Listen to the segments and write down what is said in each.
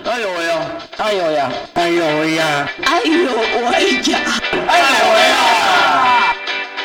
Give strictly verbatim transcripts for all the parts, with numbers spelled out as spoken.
哎呦喂呀！ 哎呦呀， 哎呦喂呀！ 哎呦喂呀， 哎呦喂呀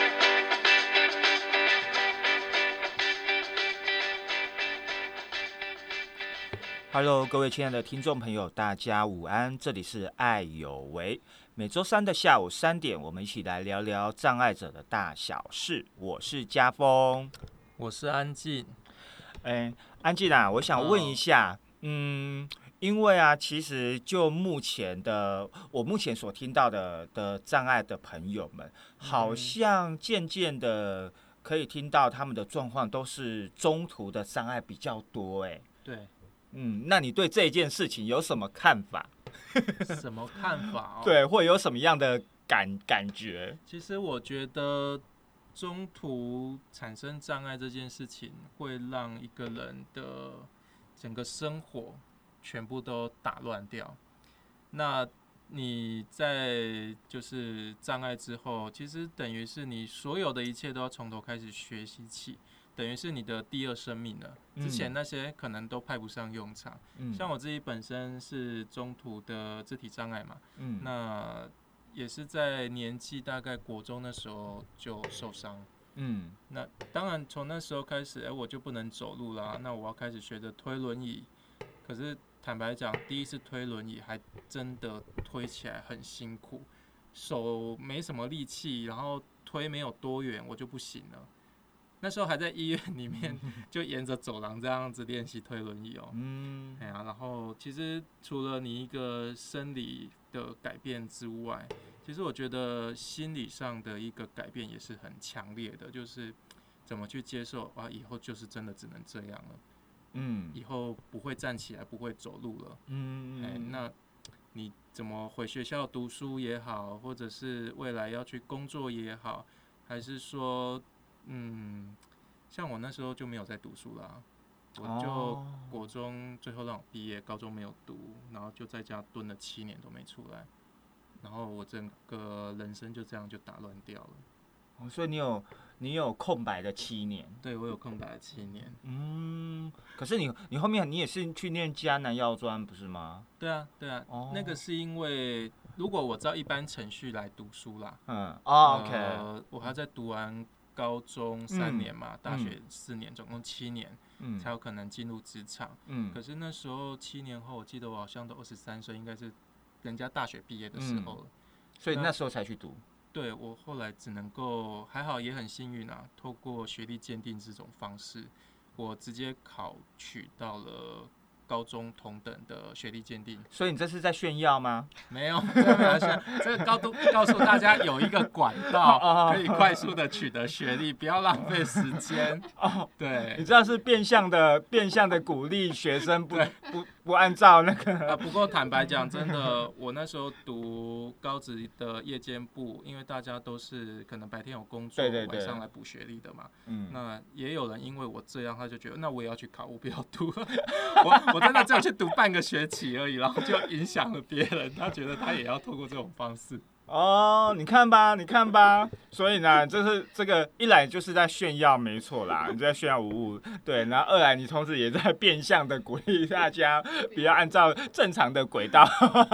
！Hello，各位亲爱的听众朋友，大家午安，这里是爱有为。每周三的下午三点，我们一起来聊聊障碍者的大小事。我是家峰， 我是安静。 哎，安静啊，我想问一下，嗯，因为啊，其实就目前的我目前所听到的的障碍的朋友们，好像渐渐的可以听到他们的状况都是中途的障碍比较多，哎， 对， 嗯，那你对这件事情有什么看法？ 什么看法哦？ 对，或有什么样的感感觉？ 其实我觉得中途产生障碍这件事情，会让一个人的整个生活全部都打乱掉。那你在就是障碍之后，其实等于是你所有的一切都要从头开始学习起。等于是你的第二生命了，之前那些可能都派不上用场。嗯、像我自己本身是中途的肢体障碍嘛，嗯、那也是在年纪大概国中的时候就受伤。嗯，那当然从那时候开始，哎、欸，我就不能走路啦，那我要开始学着推轮椅。可是坦白讲，第一次推轮椅还真的推起来很辛苦，手没什么力气，然后推没有多远我就不行了。那时候还在医院里面，就沿着走廊这样子练习推轮椅哦。嗯，哎呀，然后其实除了你一个生理的改变之外，其实我觉得心理上的一个改变也是很强烈的，就是怎么去接受啊，以后就是真的只能这样了。嗯，以后不会站起来，不会走路了。嗯哎，那你怎么回学校读书也好，或者是未来要去工作也好，还是说？嗯，像我那时候就没有在读书啦，我就国中最后让我毕业，高中没有读，然后就在家蹲了七年都没出来，然后我整个人生就这样就打乱掉了。 哦，所以你有你有空白的七年？ 对，我有空白的七年。 嗯，可是你你后面你也是去念嘉南药专不是吗？ 对啊，对啊，哦、那个是因为如果我照一般程序来读书啦，嗯， 哦 ，OK，、 呃、我还要再读完。高中三年嘛，嗯、大学四年，总共七年，嗯、才有可能进入职场。嗯、可是那时候七年后，我记得我好像都二十三岁，应该是人家大学毕业的时候了。嗯、 所以那时候才去读。 对，我后来只能够还好，也很幸运啊，透过学历鉴定这种方式，我直接考取到了。高中同等的学历鉴定， 所以你这是在炫耀吗？ 没有，这个没有炫，这个告诉告诉大家有一个管道可以快速的取得学历，不要浪费时间。哦，对， 你知道是变相的变相的鼓励学生不不不按照那个。 啊，不过坦白讲，真的，我那时候读高职的夜间部，因为大家都是可能白天有工作， 对对对， 晚上来补学历的嘛。嗯，那也有人因为我这样，他就觉得那我也要去考，我不要读了。我我真的只有去读半个学期而已，然后就影响了别人，他觉得他也要透过这种方式。 哦，你看吧，你看吧，所以呢，这是这个一来就是在炫耀，没错啦，你在炫耀无误，对，然后二来你同时也在变相的鼓励大家不要按照正常的轨道。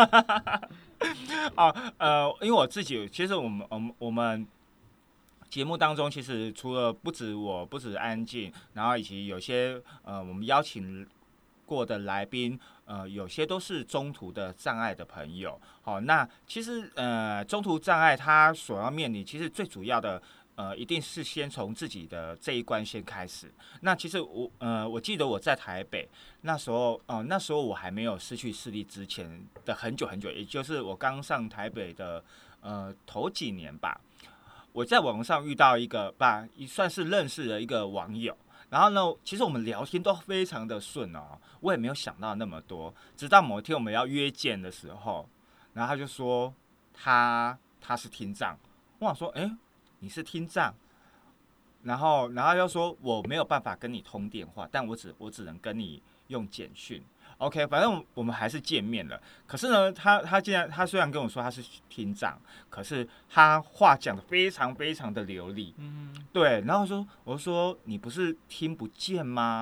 哦，呃，因为我自己，其实我们我们我们节目当中，其实除了不止我，不止安静，然后以及有些呃我们邀请过的来宾，呃，有些都是中途的障碍的朋友。好，那其实呃，中途障碍他所要面临，其实最主要的，呃，一定是先从自己的这一关先开始。那其实我呃，我记得我在台北那时候，哦、呃，那时候我还没有失去视力之前的很久很久，也就是我刚上台北的呃头几年吧，我在网上遇到一个吧，算是认识的一个网友。然后呢，其实我们聊天都非常的顺哦，我也没有想到那么多。直到某一天我们要约见的时候，然后他就说他他是听障，我想说，哎，你是听障，然后然后又说我没有办法跟你通电话，但我只我只能跟你用简讯。OK， 反正我们还是见面了。可是呢，他他竟然他虽然跟我说他是听障，可是他话讲得非常非常的流利。嗯，对。然后说，我说你不是听不见吗？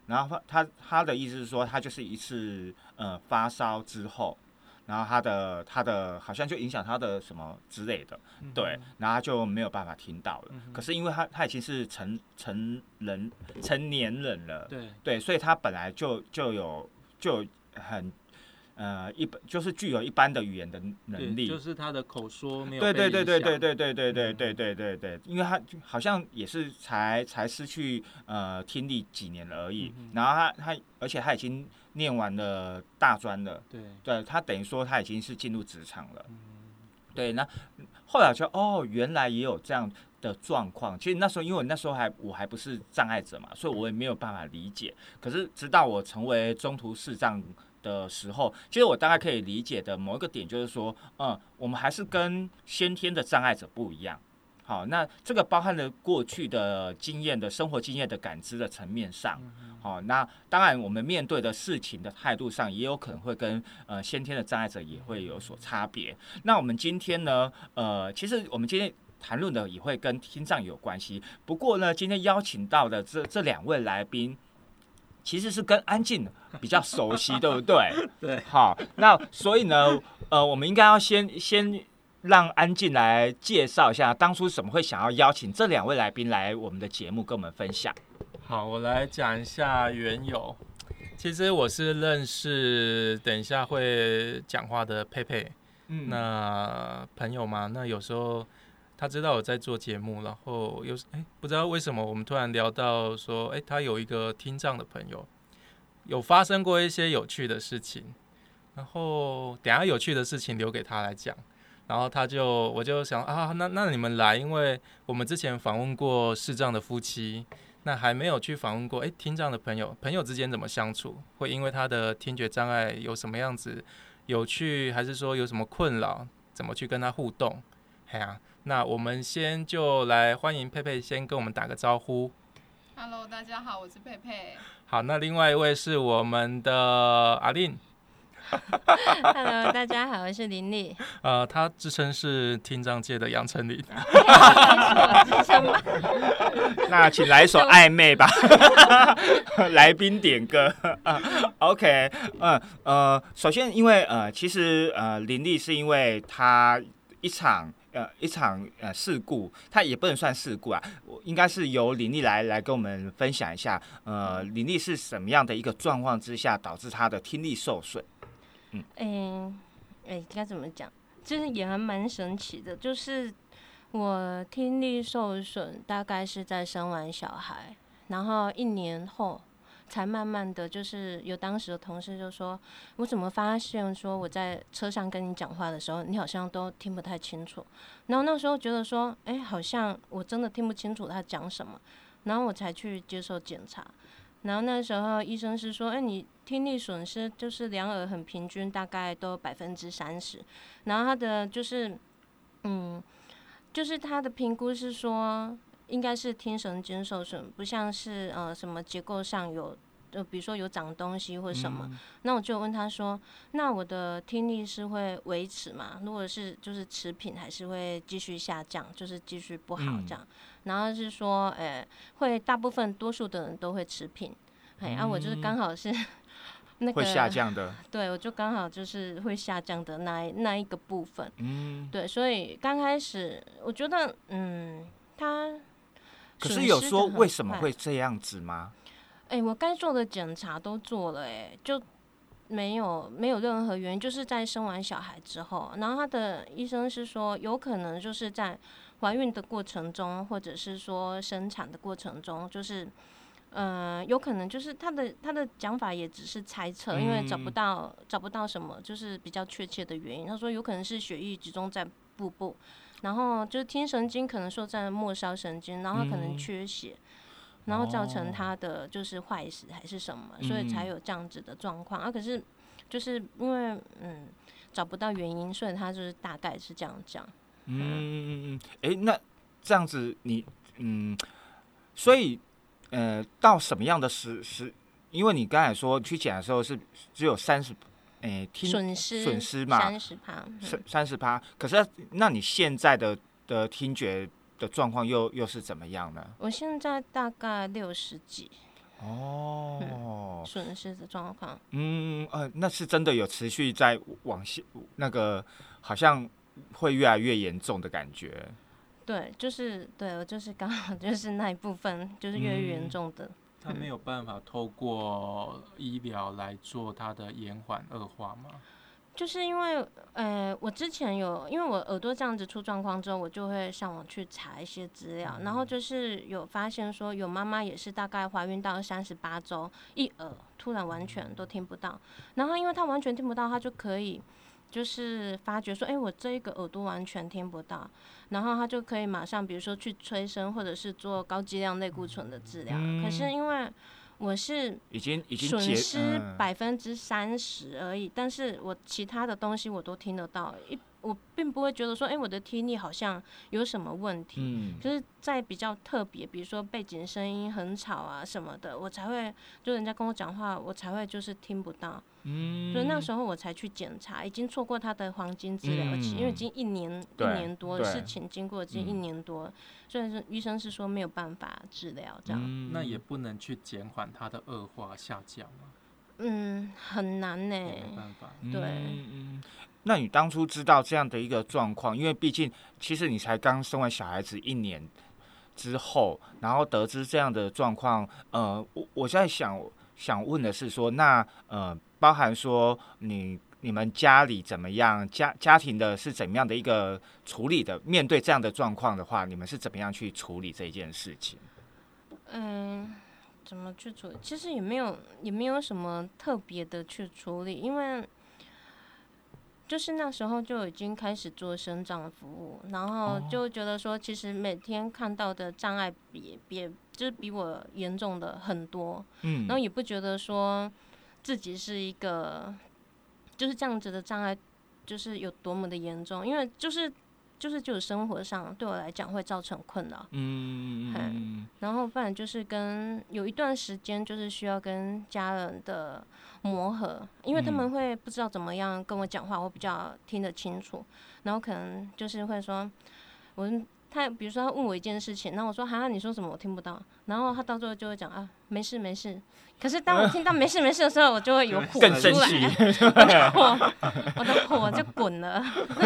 然后他他的意思是说，他就是一次呃发烧之后，然后他的他的好像就影响他的什么之类的， 嗯、 对，然后他就没有办法听到了。嗯、可是因为他他已经是成成人成年人了， 对对，所以他本来就就有就有很。呃，一般就是具有一般的语言的能力， 就是他的口说没有对被对对对对影对对对对对对对对，因为他好像也是才才失去呃听力几年而已，嗯、然后他他而且他已经念完了大专了， 对， 对他等于说他已经是进入职场了，嗯、对，那后来就哦原来也有这样的状况，其实那时候因为我那时候还我还不是障碍者嘛，所以我也没有办法理解，可是直到我成为中途视障的时候，其实我大概可以理解的某一个点就是说，嗯，我们还是跟先天的障碍者不一样。好，那这个包含了过去的经验的生活经验的感知的层面上，好，那当然我们面对的事情的态度上，也有可能会跟呃先天的障碍者也会有所差别。那我们今天呢，呃，其实我们今天谈论的也会跟听障有关系。不过呢，今天邀请到的这这两位来宾，其实是跟安静比较熟悉，对不对？ 对。 好，那所以呢，呃，我们应该要先先让安静来介绍一下，当初怎么会想要邀请这两位来宾来我们的节目跟我们分享。 好，我来讲一下缘由。其实我是认识等一下会讲话的佩佩，嗯，那朋友嘛，那有时候他知道我在做节目，然后有哎、欸、不知道为什么我们突然聊到说，哎、欸，他有一个听障的朋友，有发生过一些有趣的事情，然后等一下有趣的事情留给他来讲，然后他就我就想啊，那那你们来，因为我们之前访问过视障的夫妻。那还没有去访问过，哎，听障的朋友，朋友之间怎么相处？会因为他的听觉障碍有什么样子有趣，还是说有什么困扰？怎么去跟他互动？哎呀、啊，那我们先就来欢迎佩佩，先跟我们打个招呼。 Hello， 大家好，我是佩佩。 好，那另外一位是我们的阿令。 Hello， 大家好，我是林丽。 呃，他自称是听障界的杨丞琳。 那请来一首暧昧吧，来宾点歌。OK， 嗯呃，首先因为呃，其实呃，林丽是因为她一场呃一场呃事故，她也不能算事故啊，应该是由林丽来来跟我们分享一下，呃，林丽是什么样的一个状况之下导致她的听力受损。 嗯，哎、欸，该、欸、怎么讲？就是也还蛮神奇的，就是我听力受损，大概是在生完小孩，然后一年后才慢慢的，就是有当时的同事就说，我怎么发现说我在车上跟你讲话的时候，你好像都听不太清楚。然后那时候觉得说，哎、欸，好像我真的听不清楚他讲什么，然后我才去接受检查。然后那时候医生是说，哎，你听力损失就是两耳很平均，大概都百分之三十。然后他的就是，嗯，就是他的评估是说，应该是听神经受损，不像是呃什么结构上有，呃比如说有长东西或什么。嗯、那我就问他说，那我的听力是会维持吗？如果是就是持平，还是会继续下降，就是继续不好这样？嗯、然后是说，呃，会大部分多数的人都会持平。哎，啊，我就是刚好是那个会下降的， 对，我就刚好就是会下降的那那一个部分，嗯，对，所以刚开始我觉得，嗯，他可是有说为什么会这样子吗？ 哎、欸，我该做的检查都做了、欸，哎，就没有没有任何原因，就是在生完小孩之后，然后他的医生是说，有可能就是在怀孕的过程中，或者是说生产的过程中，就是。呃，有可能就是他的他的讲法也只是猜测，因为找不到、嗯、找不到什么就是比较确切的原因。他说有可能是血液集中在腹部，然后就是听神经可能说在末梢神经，然后他可能缺血，嗯、然后造成他的就是坏死还是什么，哦、所以才有这样子的状况。啊，可是就是因为嗯找不到原因，所以他就是大概是这样讲。 嗯嗯嗯，哎、欸，那这样子你嗯，所以。呃，到什么样的时时？因为你刚才说去检的时候是只有三十，诶，听损失损失嘛， 三十趴， 三三十趴。可是那你现在的的听觉的状况又又是怎么样呢？ 我现在大概六十几。 哦， 损失的状况。 嗯呃，那是真的有持续在往下，那个好像会越来越严重的感觉。 对，就是对我就是刚好就是那一部分，就是越来越严重的。 他没有办法透过医疗来做他的延缓恶化吗？ 就是因为，呃，我之前有，因为我耳朵这样子出状况之后，我就会上网去查一些资料，然后就是有发现说，有妈妈也是大概怀孕到三十八周，一耳突然完全都听不到，然后因为她完全听不到，她就可以就是发觉说，哎、欸，我这一个耳朵完全听不到，然后她就可以马上比如说去催生或者是做高剂量类固醇的治疗，嗯、可是因为我是已经已经损失百分之三十而已，但是我其他的东西我都听得到，一我并不会觉得说，哎、欸，我的听力好像有什么问题。嗯，就是在比较特别，比如说背景声音很吵啊什么的，我才会就人家跟我讲话，我才会就是听不到。嗯，所以那时候我才去检查，已经错过他的黄金治疗期，嗯、因为已经一年一年多事情经过，已经一年多，所以说医生是说没有办法治疗这样、 嗯。那也不能去减缓他的恶化下降吗？ 嗯，很难呢、欸。 没办法。 对。 嗯嗯，那你当初知道这样的一个状况，因为毕竟其实你才刚生完小孩子一年之后，然后得知这样的状况，呃，我我在想想问的是说，那呃。包含说你你们家里怎么样，家家庭的是怎么样的一个处理的？面对这样的状况的话，你们是怎么样去处理这件事情？ 嗯，怎么去处理？其实也没有也没有什么特别的去处理，因为就是那时候就已经开始做身障服务，然后就觉得说，其实每天看到的障碍比比就是比我严重的很多，嗯，然后也不觉得说。自己是一个就是这样子的障碍，就是有多么的严重，因为就是就是就是生活上对我来讲会造成困扰，嗯嗯，然后不然就是跟有一段时间就是需要跟家人的磨合，因为他们会不知道怎么样跟我讲话，我比较听得清楚，然后可能就是会说，我他比如说他问我一件事情，然后我说哈你说什么我听不到，然后他到最后就会讲啊没事没事。可是当我听到没事没事的时候，我就会有火出来， 更生气， 我的火，我的火就滚了。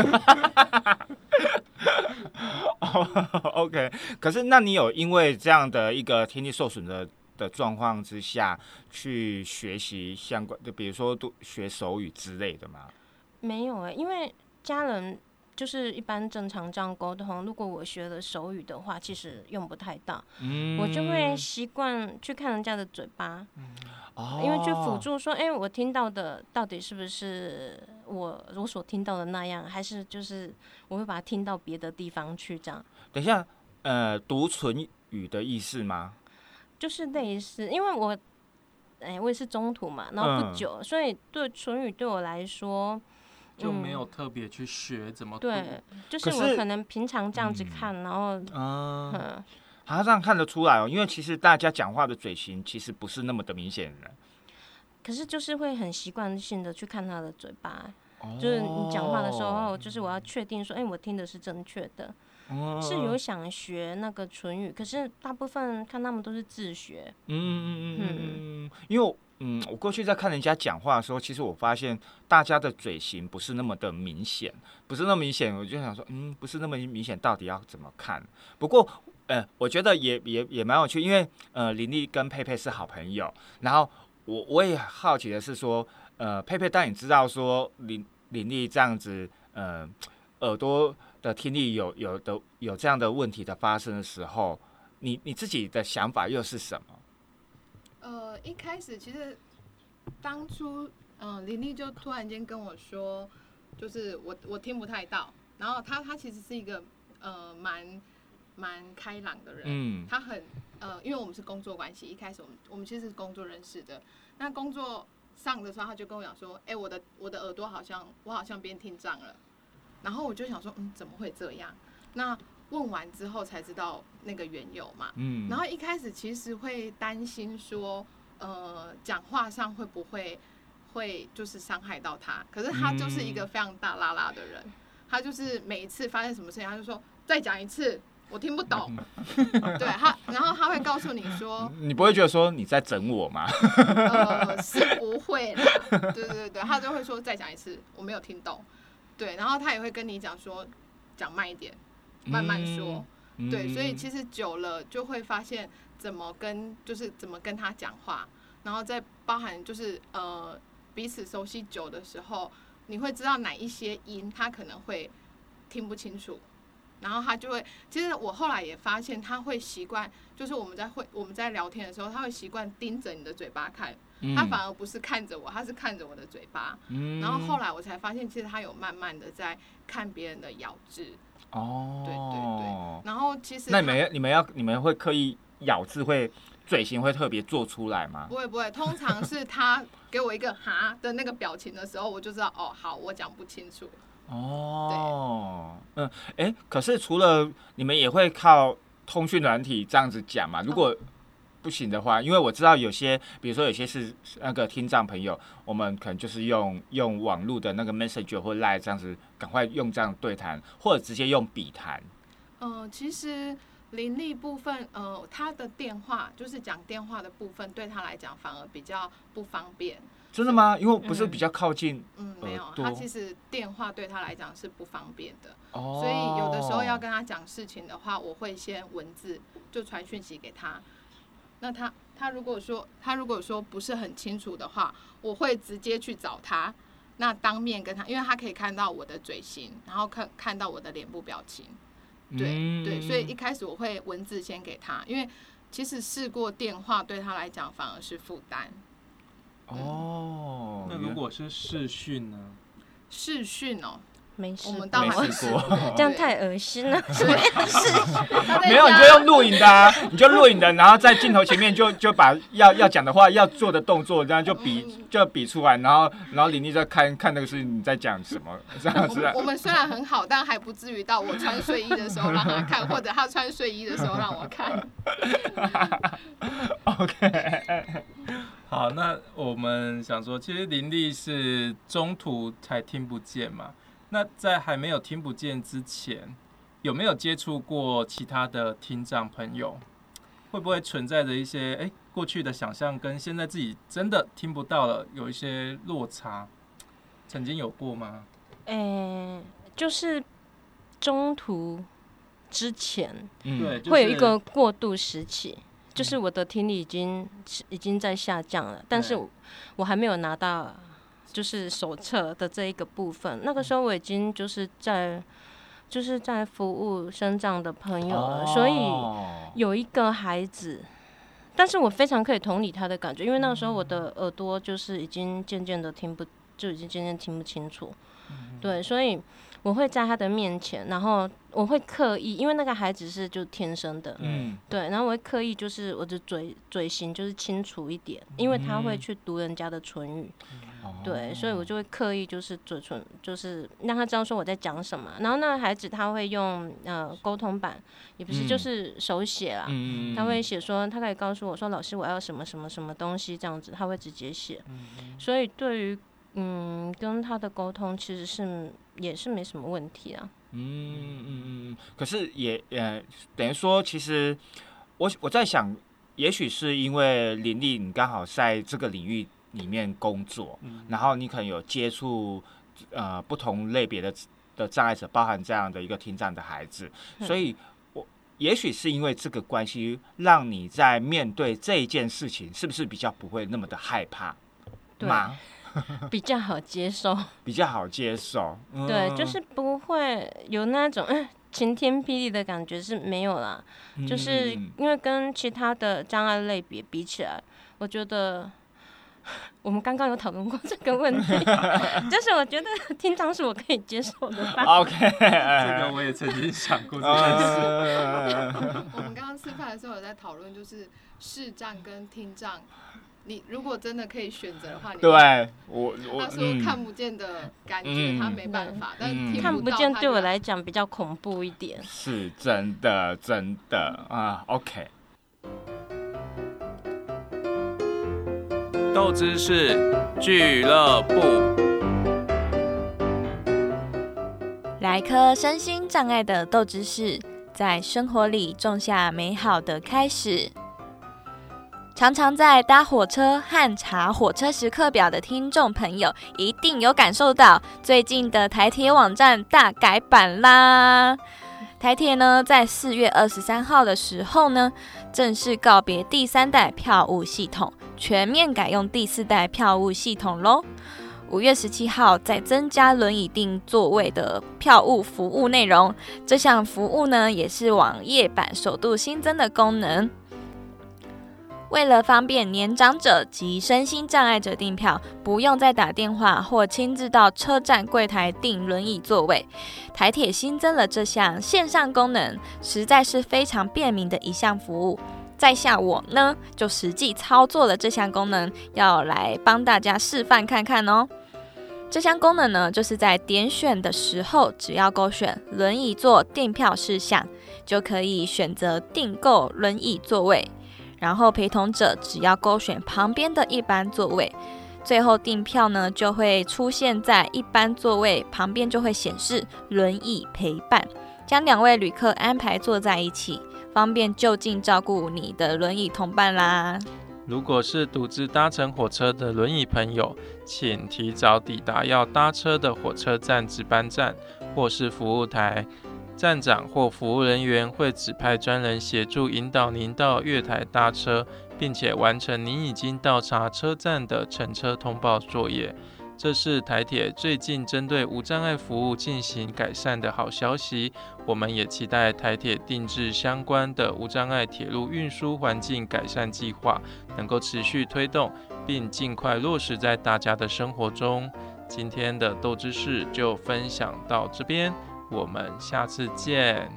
OK， 可是那你有因为这样的一个听力受损的的状况之下，去学习相关的，比如说学手语之类的吗？ 没有哎、欸，因为家人。就是一般正常这样沟通，如果我学了手语的话，其实用不太到，嗯、我就会习惯去看人家的嘴巴，嗯哦、因为去辅助说，哎、欸，我听到的到底是不是我我所听到的那样，还是就是我会把它听到别的地方去这样。 等一下，呃，读唇语的意思吗？ 就是类似，因为我，哎、欸，我也是中途嘛，然后不久，嗯、所以对唇语对我来说。 就没有特别去学怎么读、 嗯，对，就是我可能平常这样子看，嗯、然后， 嗯，嗯好像看得出来哦，因为其实大家讲话的嘴型其实不是那么的明显的， 可是就是会很习惯性的去看他的嘴巴，哦、就是你讲话的时候，就是我要确定说，哎、欸，我听的是正确的，哦、是有想学那个唇语，可是大部分看他们都是自学， 嗯嗯嗯嗯，因为。嗯，我过去在看人家讲话的时候，其实我发现大家的嘴型不是那么的明显，不是那么明显，我就想说，嗯，不是那么明显，到底要怎么看？不过，呃，我觉得也也也蛮有趣，因为呃，林丽跟佩佩是好朋友，然后我我也好奇的是说，呃，佩佩，当你知道说林林丽这样子，呃，耳朵的听力有有的有这样的问题的发生的时候，你你自己的想法又是什么？ 呃，一开始其实当初，嗯，林丽就突然间跟我说，就是我我听不太到，然后他他其实是一个呃蛮蛮开朗的人，嗯，他很呃，因为我们是工作关系，一开始我们我们其实是工作认识的，那工作上的时候他就跟我讲说，哎、欸，我的我的耳朵好像我好像变听障了，然后我就想说，嗯，怎么会这样？那问完之后才知道那个缘由嘛，嗯，然后一开始其实会担心说，呃，讲话上会不会会就是伤害到他，可是他就是一个非常大啦啦的人，他就是每一次发生什么事情，他就说再讲一次， 我听不懂。对他，然后他会告诉你说， 你不会觉得说你在整我吗？ 呃，是不会啦。对对对，他就会说再讲一次，我没有听懂。对，然后他也会跟你讲说，讲慢一点，慢慢说。 嗯、 对，所以其实久了就会发现怎么跟，就是怎么跟他讲话，然后再包含就是呃彼此熟悉久的时候，你会知道哪一些音他可能会听不清楚。然后他就会，其实我后来也发现，他会习惯，就是我们在会我们在聊天的时候，他会习惯盯着你的嘴巴看，嗯、他反而不是看着我，他是看着我的嘴巴。嗯、然后后来我才发现，其实他有慢慢的在看别人的咬字。哦，对对对。然后其实那你们你们要你们会刻意咬字会嘴型会特别做出来吗？ 不会不会，通常是他给我一个哈的那个表情的时候，我就知道哦，好，我讲不清楚。 哦，嗯，哎，可是除了你们也会靠通讯软体这样子讲嘛？如果不行的话，因为我知道有些，比如说有些是那个听障朋友，我们可能就是用用网络的那个 Messenger 或 Line 这样子，赶快用这样对谈，或者直接用笔谈。 嗯、呃，其实伶俐部分，呃，他的电话就是讲电话的部分，对他来讲反而比较不方便。 真的吗？因为不是比较靠近嗯，嗯，没有，他其实电话对他来讲是不方便的， 哦、 所以有的时候要跟他讲事情的话，我会先文字就传讯息给他。那他他如果说他如果说不是很清楚的话，我会直接去找他，那当面跟他，因为他可以看到我的嘴型，然后看看到我的脸部表情，对、嗯、对，所以一开始我会文字先给他，因为其实试过电话对他来讲反而是负担。 哦， 那如果是视讯呢？ 视讯哦， 没试过， 我们倒还没试过， 这样太恶心了。 没有，你就用录影的啊，你就录影的，然后在镜头前面就就把要要讲的话、要做的动作，这样就比就比出来，然后然后伶俐在看看那个是你在讲什么，这样子、啊。 我们虽然很好，但还不至于到我穿睡衣的时候让他看，或者他穿睡衣的时候让我看。 OK。 好，那我们想说，其实伶俐是中途才听不见嘛？那在还没有听不见之前，有没有接触过其他的听障朋友？会不会存在着一些哎、欸、过去的想象跟现在自己真的听不到了有一些落差？曾经有过吗？ 诶、欸，就是中途之前， 嗯，对，就是、 会有一个过渡时期。就是我的听力已经已经在下降了，但是我还没有拿到就是手册的这一个部分。那个时候我已经就是在就是在服务身障的朋友了，所以有一个孩子，但是我非常可以同理他的感觉，因为那个时候我的耳朵就是已经渐渐的听不，就已经渐渐听不清楚，对，所以我会在他的面前，然后我会刻意，因为那个孩子是就天生的，嗯，对，然后我会刻意就是我的嘴嘴型就是清楚一点，因为他会去读人家的唇语，嗯、对，所以我就会刻意就是嘴唇就是让他知道说我在讲什么。然后那个孩子他会用呃沟通板，也不是就是手写啦，嗯、他会写说他可以告诉我说老师我要什么什么什么东西这样子，他会直接写，嗯、所以对于嗯跟他的沟通其实是也是没什么问题啊。 嗯嗯嗯，可是也呃，等于说，其实我我在想，也许是因为伶俐你刚好在这个领域里面工作，嗯、然后你可能有接触呃不同类别的的障碍者，包含这样的一个听障的孩子，嗯、所以我也许是因为这个关系，让你在面对这一件事情，是不是比较不会那么的害怕吗？ 比较好接受， 比较好接受，嗯、 对，就是不会有那种嗯晴天霹雳的感觉是没有啦，嗯、就是因为跟其他的障碍类别比起来，我觉得我们刚刚有讨论过这个问题，就是我觉得听障是我可以接受的吧。 OK， 这个我也曾经想过这件事。 我们刚刚吃饭的时候有在讨论，就是视障跟听障。你如果真的可以选择的话，你对我我他说看不见的感觉，嗯、他没办法，嗯、但听不到看不见对我来讲比较恐怖一点。 是真的，真的啊。OK。 豆知识俱乐部， 来颗身心障碍的豆知识。 在生活里种下美好的开始。常常在搭火车和查火车时刻表的听众朋友，一定有感受到最近的台铁网站大改版啦。台铁呢，在四月二十三号的时候呢，正式告别第三代票务系统，全面改用第四代票务系统咯。五月十七号再增加轮椅订座位的票务服务内容，这项服务呢，也是网页版首度新增的功能。为了方便年长者及身心障碍者订票，不用再打电话或亲自到车站柜台订轮椅座位，台铁新增了这项线上功能，实在是非常便民的一项服务。在下我呢，就实际操作了这项功能，要来帮大家示范看看哦。这项功能呢，就是在点选的时候，只要勾选轮椅座订票事项，就可以选择订购轮椅座位。然后陪同者只要勾选旁边的一般座位，最后订票呢就会出现在一般座位旁边，就会显示轮椅陪伴，将两位旅客安排坐在一起，方便就近照顾你的轮椅同伴啦。 如果是独自搭乘火车的轮椅朋友，请提早抵达要搭车的火车站值班站或是服务台，站长或服务人员会指派专人协助引导您到月台搭车，并且完成您已经到达车站的乘车通报作业。这是台铁最近针对无障碍服务进行改善的好消息，我们也期待台铁定制相关的无障碍铁路运输环境改善计划能够持续推动，并尽快落实在大家的生活中。今天的豆知识就分享到这边，我们下次见。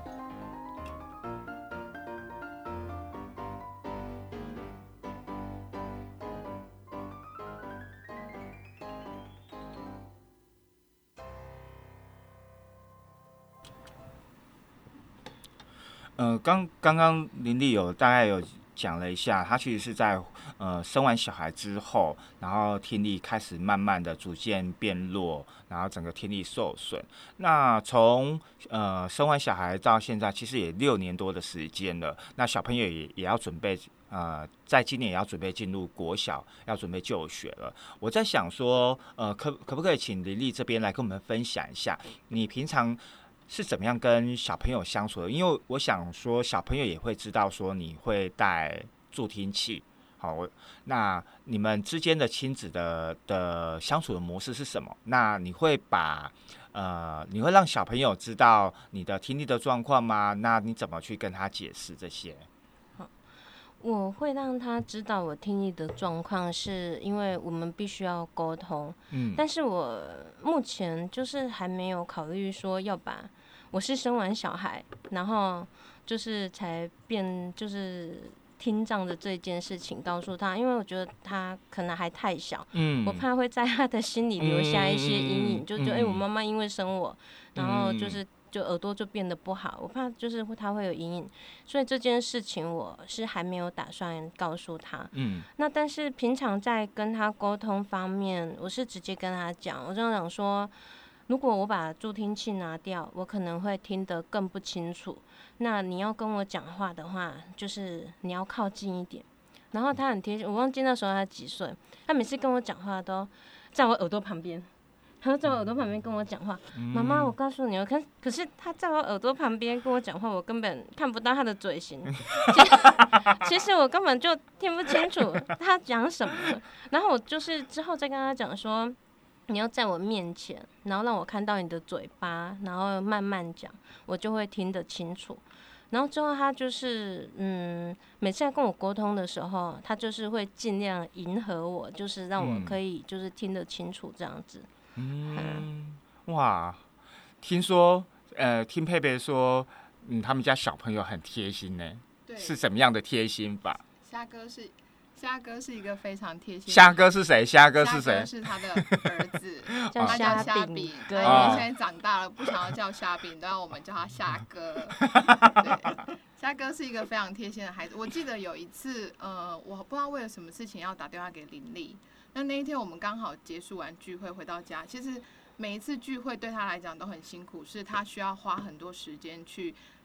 呃，刚刚刚林丽有大概有讲了一下，她其实是在呃生完小孩之后，然后听力开始慢慢的逐渐变弱，然后整个听力受损。那从呃生完小孩到现在，其实也六年多的时间了。那小朋友也也要准备呃，在今年也要准备进入国小，要准备就学了。我在想说，呃，可可不可以请林丽这边来跟我们分享一下，你平常是怎么样跟小朋友相处的？因为我想说，小朋友也会知道说你会带助听器，好，那你们之间的亲子的的相处的模式是什么？那你会把呃，你会让小朋友知道你的听力的状况吗？那你怎么去跟他解释这些？ 我会让他知道我听力的状况，是因为我们必须要沟通。嗯，但是我目前就是还没有考虑说要把我是生完小孩，然后就是才变就是听障的这件事情告诉他，因为我觉得他可能还太小，嗯，我怕会在他的心里留下一些阴影，嗯、就觉得哎、欸，我妈妈因为生我，然后就是就耳朵就变得不好，我怕就是他会有阴影，所以这件事情我是还没有打算告诉他。嗯，那但是平常在跟他沟通方面，我是直接跟他讲，我这样讲说，如果我把助听器拿掉，我可能会听得更不清楚。那你要跟我讲话的话，就是你要靠近一点。然后他很贴心，我忘记那时候他几岁，他每次跟我讲话都在我耳朵旁边。他在我耳朵旁边跟我讲话，妈妈、嗯，我告诉你，可可是他在我耳朵旁边跟我讲话，我根本看不到他的嘴型，其实其实我根本就听不清楚他讲什么。然后我就是之后再跟他讲说，你要在我面前，然后让我看到你的嘴巴，然后慢慢讲，我就会听得清楚。然后之后他就是嗯，每次在跟我沟通的时候，他就是会尽量迎合我，就是让我可以就是听得清楚这样子。 嗯，哇，听说呃，听佩佩说，嗯，他们家小朋友很贴心呢，是什么样的贴心法？ 虾哥是虾哥是一个非常贴心。 虾哥是谁？虾哥是谁？ 是他的儿子， 叫他叫虾饼。对，因为现在长大了，不想要叫虾饼，都要我们叫他虾哥。对，虾哥是一个非常贴心的孩子。我记得有一次，呃，我不知道为了什么事情要打电话给林丽。那那一天我们刚好结束完聚会回到家，其实每一次聚会对他来讲都很辛苦，是他需要花很多时间去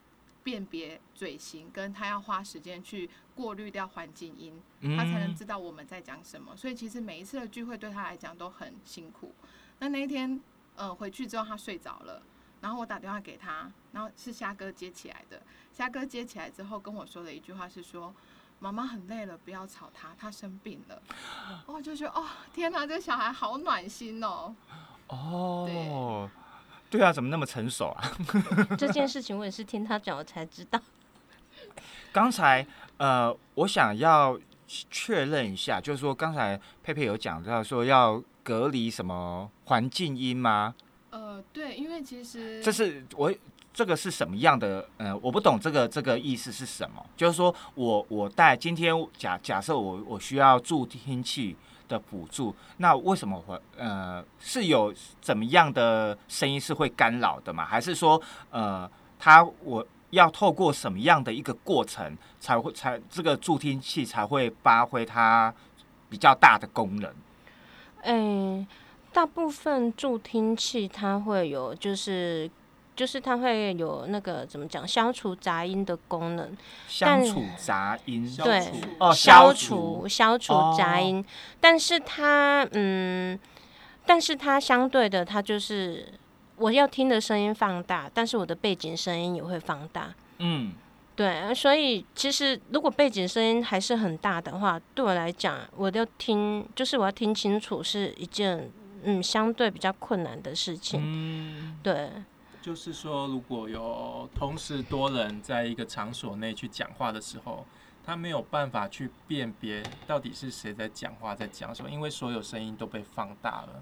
辨别嘴型，跟他要花时间去过滤掉环境音， 嗯他才能知道我们在讲什么。所以其实每一次的聚会对他来讲都很辛苦。那那一天，呃，回去之后他睡着了，然后我打电话给他，然后是虾哥接起来的。虾哥接起来之后跟我说的一句话是说：“妈妈很累了，不要吵他，他生病了。”我就觉得哦，天哪，这小孩好暖心哦。 哦，对啊，怎么那么成熟啊？ 这件事情我也是听他讲我才知道。 刚才呃，我想要确认一下，就是说刚才佩佩有讲到说要隔离什么环境音吗？ 呃，对，因为其实这是我这个是什么样的？呃，我不懂这个这个意思是什么？就是说我我带今天假假设我我需要助听器的辅助，那为什么会呃是有怎么样的声音是会干扰的吗？还是说呃它我要透过什么样的一个过程才会才这个助听器才会发挥它比较大的功能？ 嗯，大部分助听器它会有就是就是它会有那个怎么讲消除杂音的功能， 消除杂音， 对， 哦， 消除除消除杂音，哦、但是它嗯，但是它相对的，它就是我要听的声音放大，但是我的背景声音也会放大， 嗯， 对，所以其实如果背景声音还是很大的话，对我来讲，我要听就是我要听清楚是一件嗯相对比较困难的事情， 嗯， 对。 就是说，如果有同时多人在一个场所内去讲话的时候，他没有办法去辨别到底是谁在讲话，在讲什么，因为所有声音都被放大了。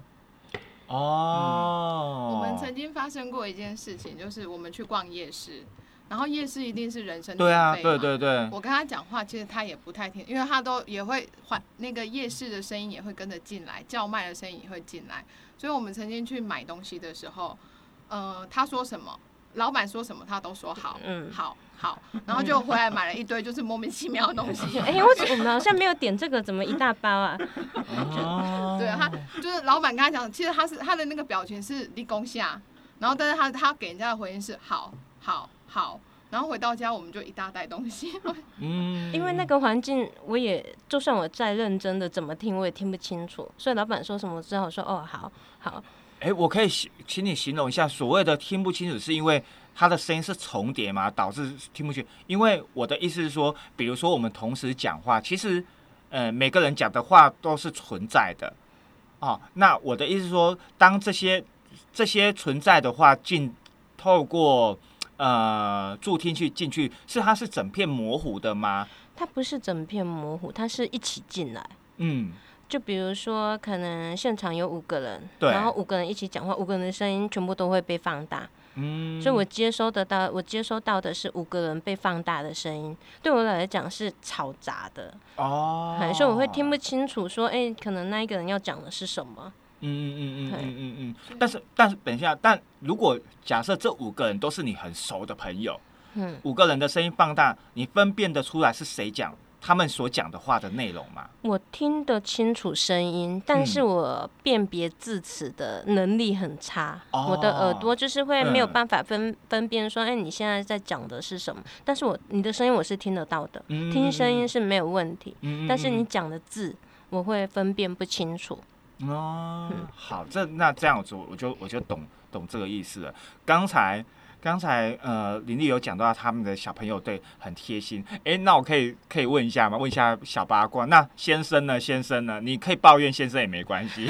哦、 嗯，我们曾经发生过一件事情，就是我们去逛夜市，然后夜市一定是人声对啊， 鼎沸嘛， 对对对。 我跟他讲话，其实他也不太听，因为他都也会换那个夜市的声音也会跟着进来，叫卖的声音也会进来，所以我们曾经去买东西的时候。呃，他说什么，老板说什么，他都说好，嗯，好，好，然后就回来买了一堆就是莫名其妙的东西。 哎、欸，我我们好像没有点这个，怎么一大包啊？ 对，他就是老板跟他讲，其实他是他的那个表情是立功下，然后但是他他给人家的回应是好，好，好。然后回到家我们就一大袋东西。 嗯，因为那个环境，我也就算我再认真的怎么听，我也听不清楚，所以老板说什么，我只好说哦，好，好。 哎，我可以请你形容一下，所谓的听不清楚，是因为它的声音是重叠吗？导致听不清？因为我的意思是说，比如说我们同时讲话，其实呃每个人讲的话都是存在的哦。那我的意思是说，当这些这些存在的话进透过呃助听器进去，是它是整片模糊的吗？ 它不是整片模糊，它是一起进来。 嗯。 就比如说，可能现场有五个人， 对， 然后五个人一起讲话，五个人的声音全部都会被放大。嗯，所以我接收得到，我接收到的是五个人被放大的声音，对我来讲是嘈杂的。 哦， 所以我会听不清楚说，哎、欸，可能那一个人要讲的是什么。 嗯嗯嗯嗯嗯嗯嗯。但是但是等一下，但如果假设这五个人都是你很熟的朋友，嗯，五个人的声音放大，你分辨得出来是谁讲？他们所讲的话的内容吗？ 我听得清楚声音，但是我辨别字词的能力很差、嗯。我的耳朵就是会没有办法分、嗯、分辨说，哎、欸，你现在在讲的是什么？但是我你的声音我是听得到的，嗯、听声音是没有问题。嗯、但是你讲的字，我会分辨不清楚。 哦，嗯、好，这那这样子我就我就懂懂这个意思了。刚才。刚才呃，林丽有讲到他们的小朋友对很贴心，哎，那我可以可以问一下吗？问一下小八卦。那先生呢？先生呢？你可以抱怨先生也没关系。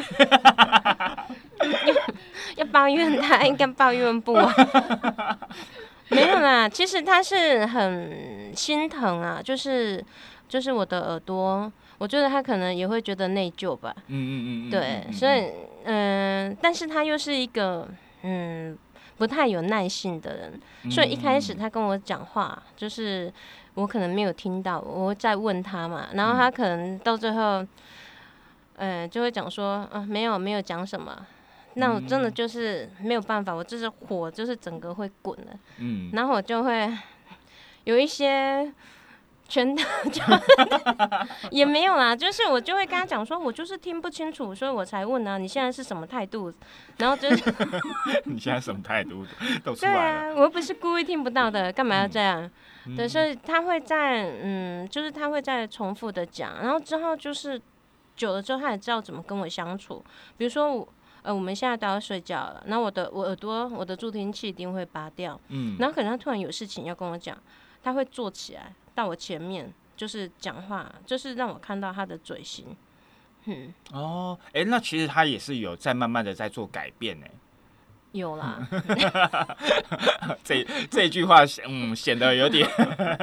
要抱怨他，应该抱怨不完。没有啦，其实他是很心疼啊，就是就是我的耳朵，我觉得他可能也会觉得内疚吧。嗯嗯嗯。对，所以嗯、呃，但是他又是一个嗯。不太有耐性的人，所以一开始他跟我讲话，就是我可能没有听到，我会再问他嘛，然后他可能到最后，呃，就会讲说，啊，没有没有讲什么，那我真的就是没有办法，我就是火就是整个会滚了，嗯，然后我就会有一些全就也没有啦，就是我就会跟他讲说，我就是听不清楚，所以我才问啊，你现在是什么态度？然后就是你现在什么态度都出对来了。 啊，我又不是故意听不到的，干嘛要这样？ 嗯、 对，所以他会在嗯，就是他会在重复的讲，然后之后就是久了之后，他也知道怎么跟我相处。比如说我呃，我们现在都要睡觉了，然后我的我耳朵我的助听器一定会拔掉， 嗯， 然后可能他突然有事情要跟我讲，他会坐起来到我前面，就是讲话，就是让我看到他的嘴型。嗯， 哦，哎、欸，那其实他也是有在慢慢的在做改变呢。 有啦， 这这一句话，嗯，显得有点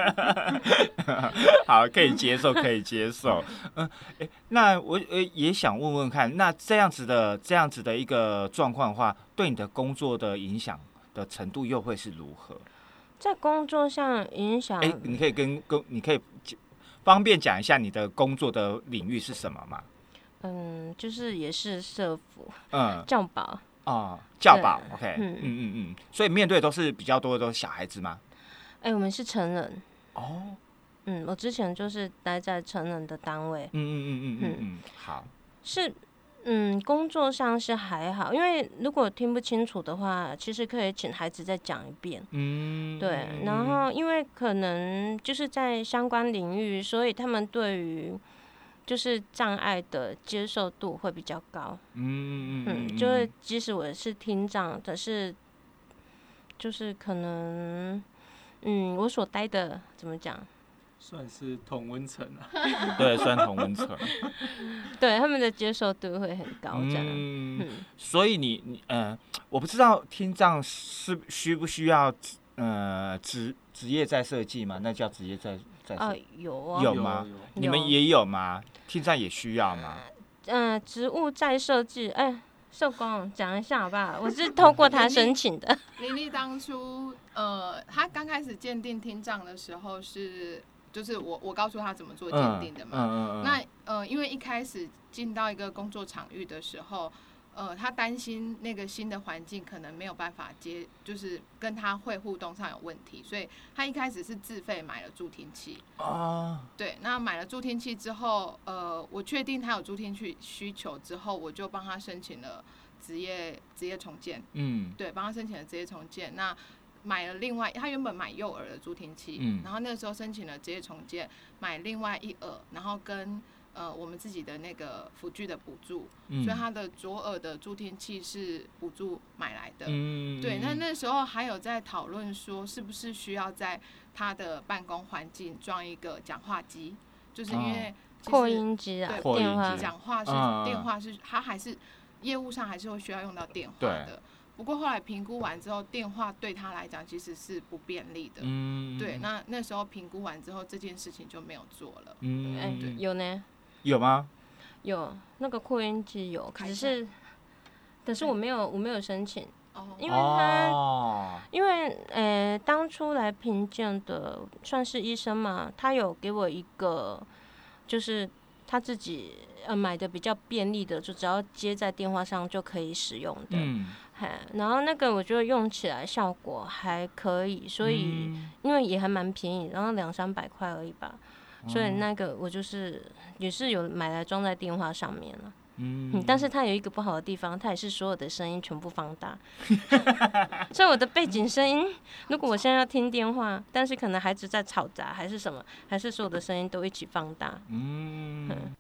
好，可以接受，可以接受。嗯，哎，那我呃也想问问看，那这样子的这样子的一个状况的话，对你的工作的影响的程度又会是如何？ 在工作上影响， 哎，你可以跟跟你可以方便讲一下你的工作的领域是什么吗？ 嗯，就是也是社福， 嗯， 教保。 哦，教保 ，OK， 嗯嗯嗯嗯，所以面对都是比较多的都是小孩子吗？ 哎、欸，我们是成人。 哦， 嗯，我之前就是待在成人的单位。 嗯嗯嗯嗯嗯嗯，好。 是，嗯，工作上是还好，因为如果听不清楚的话，其实可以请孩子再讲一遍。 嗯， 对，然后因为可能就是在相关领域，所以他们对于就是障碍的接受度会比较高，嗯嗯嗯，就是即使我是听障，可是就是可能，嗯，我所待的怎么讲， 算是同温层啊， 对，算同温层， 对他们的接受度会很高，这样， 嗯， 嗯所以你你呃，我不知道听障是需不需要呃职职业再设计吗？那叫职业再。 哦，有啊， 有吗？ 有有你们也有吗？听障也需要吗？ 嗯、呃，职务再设计，哎、欸，社工讲一下好不好？我是透过他申请的。 林丽当初，呃，他刚开始鉴定听障的时候是，就是我我告诉他怎么做鉴定的嘛。嗯嗯嗯、那呃，因为一开始进到一个工作场域的时候。呃，他担心那个新的环境可能没有办法接，就是跟他会互动上有问题，所以他一开始是自费买了助听器。哦。对，那买了助听器之后，呃，我确定他有助听器需求之后，我就帮他申请了职业职业重建。嗯。对，帮他申请了职业重建。那买了另外，他原本买右耳的助听器，嗯，然后那个时候申请了职业重建，买另外一耳，然后跟。呃，我们自己的那个辅具的补助，嗯、所以他的左耳的助听器是补助买来的。嗯、对，那那时候还有在讨论说，是不是需要在他的办公环境装一个讲话机，就是因为扩音机啊， 对， 电话讲话是、嗯、电话是，他还是业务上还是会需要用到电话的。不过后来评估完之后，电话对他来讲其实是不便利的。嗯，对，那那时候评估完之后，这件事情就没有做了。 嗯，哎、欸，有呢。 有吗？ 有那个扩音机有，可是，可是我没有，我没有申请，因为他，哦、因为呃，当初来评鉴的算是医生嘛，他有给我一个，就是他自己呃买的比较便利的，就只要接在电话上就可以使用的，嗯，然后那个我觉得用起来效果还可以，所以、嗯、因为也还蛮便宜，然后两三百块而已吧。所以那个我就是也是有买来装在电话上面了，嗯, 嗯，但是它有一个不好的地方，它也是所有的声音全部放大，所以我的背景声音，如果我现在要听电话，但是可能孩子在吵杂还是什么，还是所有的声音都一起放大，嗯。嗯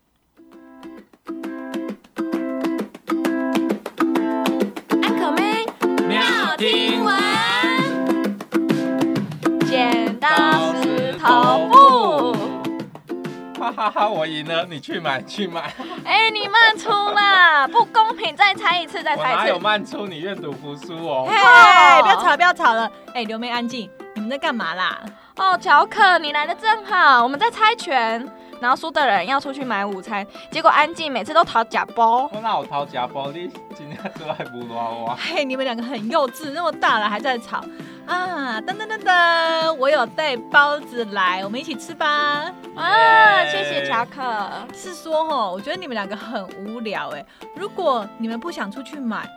安可妹妙听完，剪刀石头布。 哈哈哈！我赢了，你去买去买。 哎、欸，你慢出啦，不公平！再猜一次，再猜一次。 我哪有慢出？你愿赌服输哦。 哎，不要吵，不要吵了。哎、欸，刘妹安静，你们在干嘛啦？ 哦，乔可，你来的正好，我们在猜拳，然后输的人要出去买午餐。结果安静每次都讨假包。 我哪有讨假包？你今天都还不拉我。 嘿，你们两个很幼稚，那么大了还在吵。啊，噔噔噔噔，我有带包子来，我们一起吃吧。 啊，谢谢乔可。 是说吼，我觉得你们两个很无聊哎。如果你们不想出去买，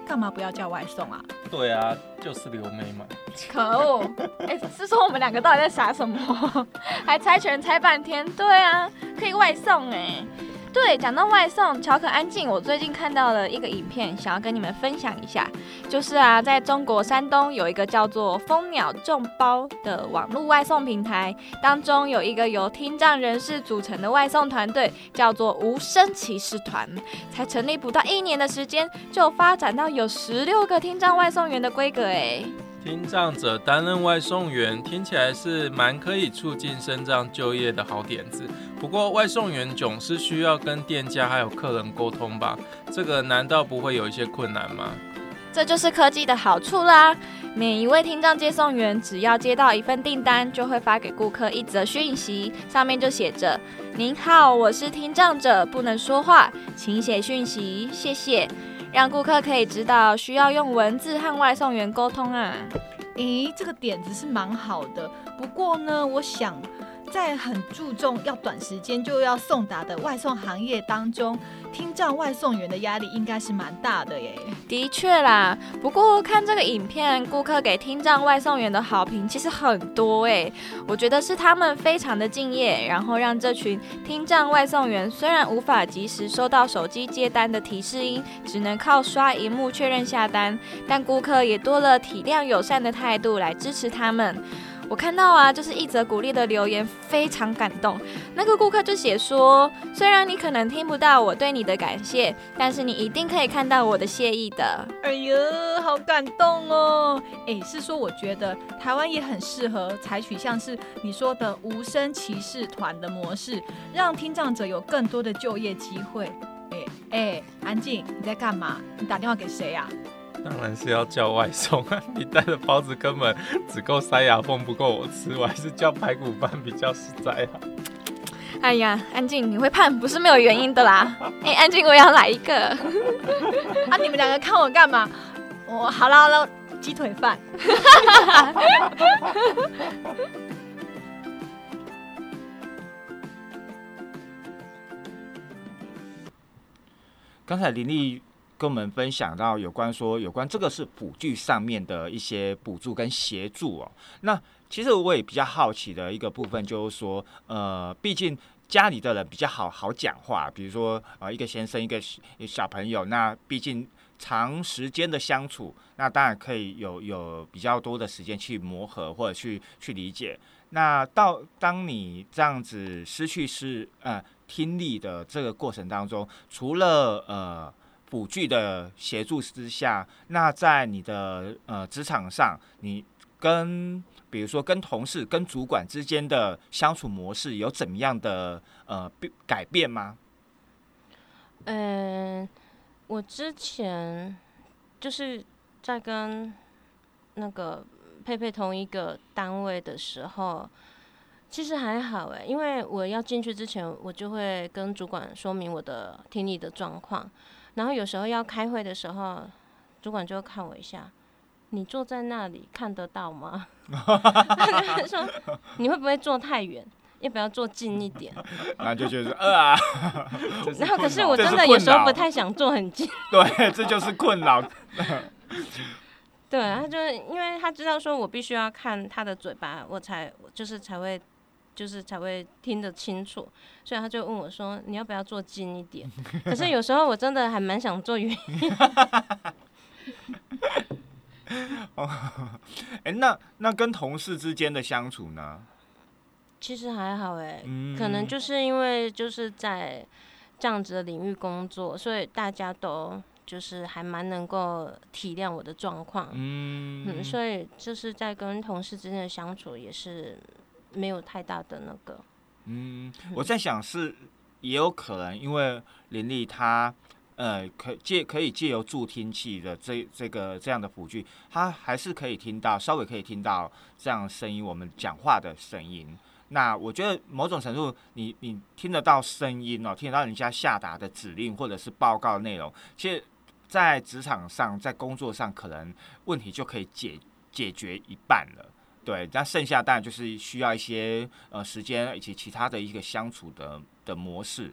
干嘛不要叫外送啊？ 对啊，就是刘妹嘛。 可恶！哎、是说我们两个到底在傻什么？还猜拳猜半天。对啊，可以外送哎。对，讲到外送，乔可安静，我最近看到了一个影片，想要跟你们分享一下。就是啊，在中国山东有一个叫做蜂鸟众包的网络外送平台，当中有一个由听障人士组成的外送团队，叫做无声骑士团。才成立不到一年的时间，就发展到有十六个听障外送员的规格哎。 听障者担任外送员，听起来是蛮可以促进身障就业的好点子。不过，外送员总是需要跟店家还有客人沟通吧？这个难道不会有一些困难吗？ 这就是科技的好处啦！每一位听障接送员只要接到一份订单，就会发给顾客一则讯息，上面就写着：“您好，我是听障者，不能说话，请写讯息，谢谢。”让顾客可以知道需要用文字和外送员沟通啊。 诶，这个点子是蛮好的。不过呢，我想在很注重要短时间就要送达的外送行业当中，听障外送员的压力应该是蛮大的耶。 的确啦，不过看这个影片，顾客给听障外送员的好评其实很多哎，我觉得是他们非常的敬业，然后让这群听障外送员虽然无法及时收到手机接单的提示音，只能靠刷荧幕确认下单，但顾客也多了体谅友善的态度来支持他们。我看到啊，就是一则鼓励的留言，非常感动。那个顾客就写说，虽然你可能听不到我对你的感谢，但是你一定可以看到我的谢意的。 哎呦，好感动哦！哎，是说我觉得台湾也很适合采取像是你说的无声骑士团的模式，让听障者有更多的就业机会。哎哎，安静，你在干嘛？你打电话给谁啊？ 当然是要叫外送啊！你带的包子根本只够塞牙缝，不够我吃，我还是叫排骨饭比较实在啊！ 哎呀，安静，你会胖不是没有原因的啦！哎，安静，我也要来一个。 啊，你们两个看我干嘛？我好了好了，鸡腿饭。 刚才林丽跟我们分享到有关说有关这个是辅具上面的一些补助跟协助哦。那其实我也比较好奇的一个部分就是说，呃，毕竟家里的人比较好好讲话，比如说呃一个先生一个小朋友，那毕竟长时间的相处，那当然可以有有比较多的时间去磨合或者去去理解。那到当你这样子失去是呃听力的这个过程当中，除了呃辅具的协助之下，那在你的呃职场上，你跟比如说跟同事、跟主管之间的相处模式有怎么样的呃改变吗？ 嗯，我之前就是在跟那个佩佩同一个单位的时候，其实还好哎，因为我要进去之前，我就会跟主管说明我的听力的状况。然后有时候要开会的时候，主管就会看我一下，你坐在那里看得到吗？他就说你会不会坐太远？要不要坐近一点？ 然后就觉得呃啊， 然后可是我真的有时候不太想坐很近。 对，这就是困扰。 对，他就是因为他知道说我必须要看他的嘴巴，我才就是才会。就是才会听得清楚，所以他就问我说：“你要不要坐近一点？”可是有时候我真的还蛮想坐远一点。 哦，哎，那那跟同事之间的相处呢？ 其实还好哎、 嗯， 可能就是因为就是在这样子的领域工作，所以大家都就是还蛮能够体谅我的状况。 嗯, 嗯，所以就是在跟同事之间的相处也是。没有太大的那个， 嗯，我在想是也有可能，因为林丽她呃可借可以借由助听器的这这个这样的辅具，她还是可以听到稍微可以听到这样声音，我们讲话的声音。那我觉得某种程度你，你你听得到声音哦，听得到人家下达的指令或者是报告内容，其实，在职场上，在工作上，可能问题就可以解解决一半了。对，那剩下当然就是需要一些呃时间以及其他的一个相处的的模式。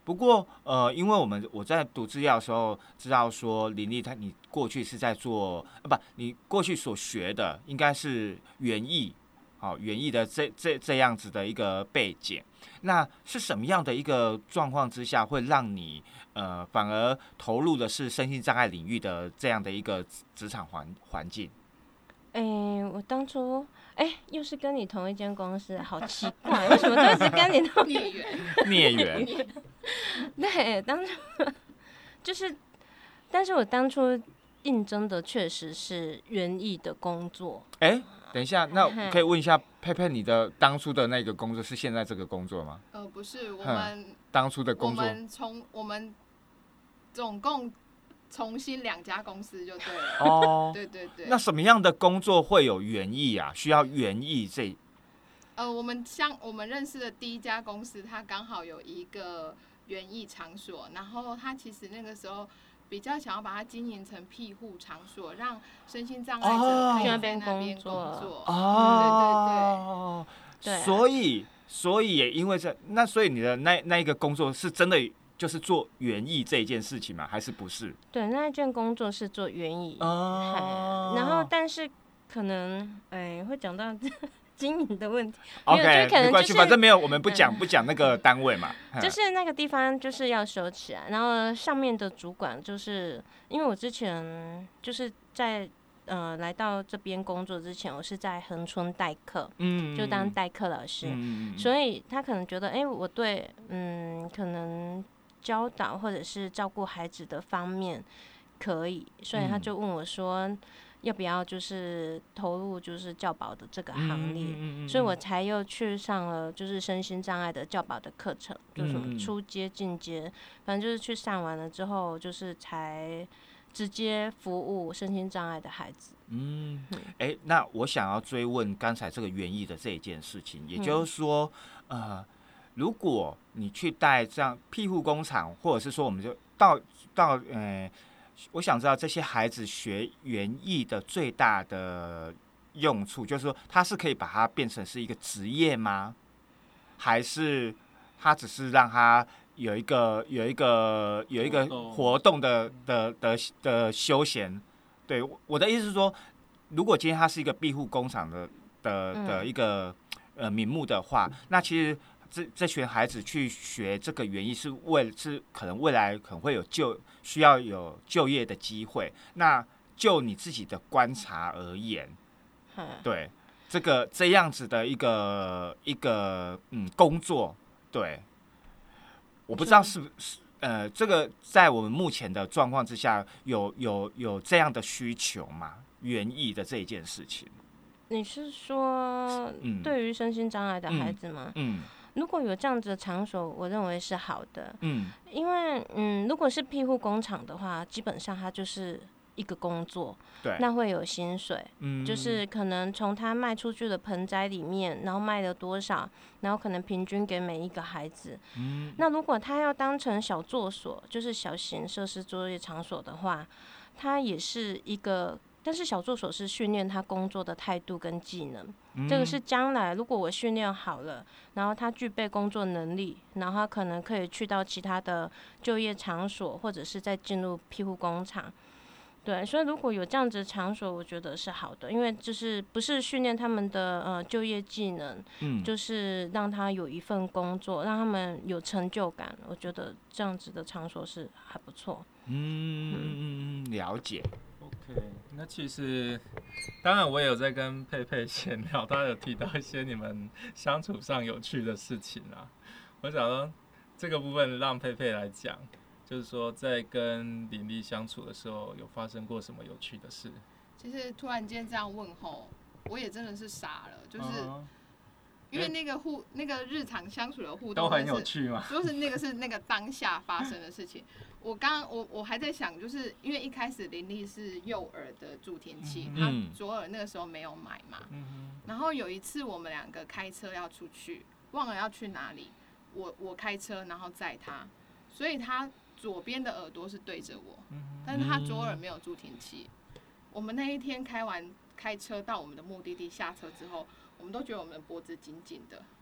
不过呃，因为我们我在读资料的时候知道说，林立他你过去是在做啊，不，你过去所学的应该是园艺，好、哦，园艺的这这这样子的一个背景。那是什么样的一个状况之下，会让你呃反而投入的是身心障碍领域的这样的一个职场环环境？ 哎、欸，我当初哎、欸，又是跟你同一间公司，好奇怪，为什么都是跟你同孽缘？ 孽缘。 对，当初就是，但是我当初应征的确实是园艺的工作。 哎、欸，等一下，那可以问一下佩佩，你的当初的那个工作是现在这个工作吗？ 呃，不是，我们当初的工作， 我们从我们总共。重新两家公司就对了。 哦， 对对对。 那什么样的工作会有园艺啊？需要园艺这？ 呃，我们像我们认识的第一家公司，它刚好有一个园艺场所，然后它其实那个时候比较想要把它经营成庇护场所，让身心障碍者可以在那边工作。 哦， 对对对。 对。所以，所以也因为这，那所以你的那那一个工作是真的。就是做园艺这一件事情吗？还是不是？ 对，那一件工作是做园艺， 哦， 然后但是可能哎会讲到经营的问题。 OK， 就可能、就是、 没关系，反正没有，我们不讲、嗯、不讲那个单位嘛。 就是那个地方就是要收起来，然后上面的主管就是因为我之前就是在呃来到这边工作之前，我是在恒春代课，嗯，就当代课老师，嗯，所以他可能觉得哎、欸、我对嗯可能。教导或者是照顾孩子的方面可以，所以他就问我说，嗯、要不要就是投入就是教保的这个行列，嗯嗯嗯、所以我才又去上了就是身心障碍的教保的课程，就是什么初阶、进阶，反正就是去上完了之后，就是才直接服务身心障碍的孩子。 嗯，哎、欸，那我想要追问刚才这个园艺的这一件事情，也就是说，嗯、呃。如果你去带这样庇护工厂，或者是说我们就到到呃，我想知道这些孩子学园艺的最大的用处，就是说他是可以把它变成是一个职业吗？还是他只是让他有一个有一个有一个活动的的的的休闲？对，我的意思是说，如果今天他是一个庇护工厂的的的一个呃名目的话，那其实。这这群孩子去学这个园艺是为是可能未来可能会有就需要有就业的机会。那就你自己的观察而言，对这个这样子的一个一个嗯工作，对，我不知道是不是呃这个在我们目前的状况之下有有有这样的需求吗？园艺的这一件事情， 你是说对于身心障碍的孩子吗？嗯。嗯如果有这样子的场所，我认为是好的。嗯，因为嗯，如果是庇护工厂的话，基本上它就是一个工作， 对， 那会有薪水，嗯，就是可能从他卖出去的盆栽里面，然后卖了多少，然后可能平均给每一个孩子。嗯，那如果他要当成小作所，就是小型设施作业场所的话，它也是一个。但是小作所是训练他工作的态度跟技能，嗯、这个是将来如果我训练好了，然后他具备工作能力，然后他可能可以去到其他的就业场所，或者是再进入庇护工厂。对，所以如果有这样子的场所，我觉得是好的，因为就是不是训练他们的呃就业技能，嗯，就是让他有一份工作，让他们有成就感。我觉得这样子的场所是还不错。 嗯，了解。 OK， 那其实当然我也有在跟佩佩闲聊，他有提到一些你们相处上有趣的事情啊。我想说这个部分让佩佩来讲，就是说在跟林立相处的时候，有发生过什么有趣的事？ 其实突然间这样问候，我也真的是傻了，就是。Uh-huh.因为那个互那个日常相处的互动都很有趣嘛， 就是那个是那个当下发生的事情。我刚我我还在想，就是因为一开始林立是右耳的助听器，嗯、他左耳那个时候没有买嘛。嗯、然后有一次我们两个开车要出去，忘了要去哪里，我我开车然后载他，所以他左边的耳朵是对着我，但是他左耳没有助听器。我们那一天开完开车到我们的目的地下车之后。我们都觉得我们的脖子紧紧的，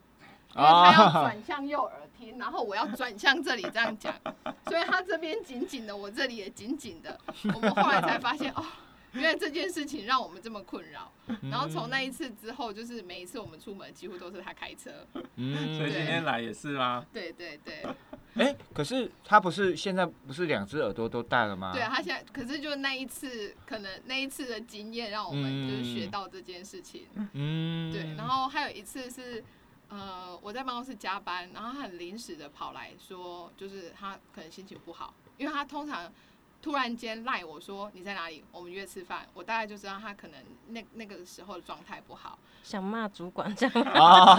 因为他要转向右耳听，然后我要转向这里这样讲，所以他这边紧紧的，我这里也紧紧的。我们后来才发现，哦，原来这件事情让我们这么困扰。然后从那一次之后，就是每一次我们出门几乎都是他开车。 嗯，所以今天来也是啦。 对对对。 哎、欸，可是他不是现在不是两只耳朵都戴了吗？ 对啊，他现在可是就那一次，可能那一次的经验让我们就是学到这件事情。嗯，对。然后还有一次是，呃，我在办公室加班，然后他很临时的跑来说，就是他可能心情不好，因为他通常突然间赖我说你在哪里，我们约吃饭，我大概就知道他可能那那个时候的状态不好， 想骂主管这样。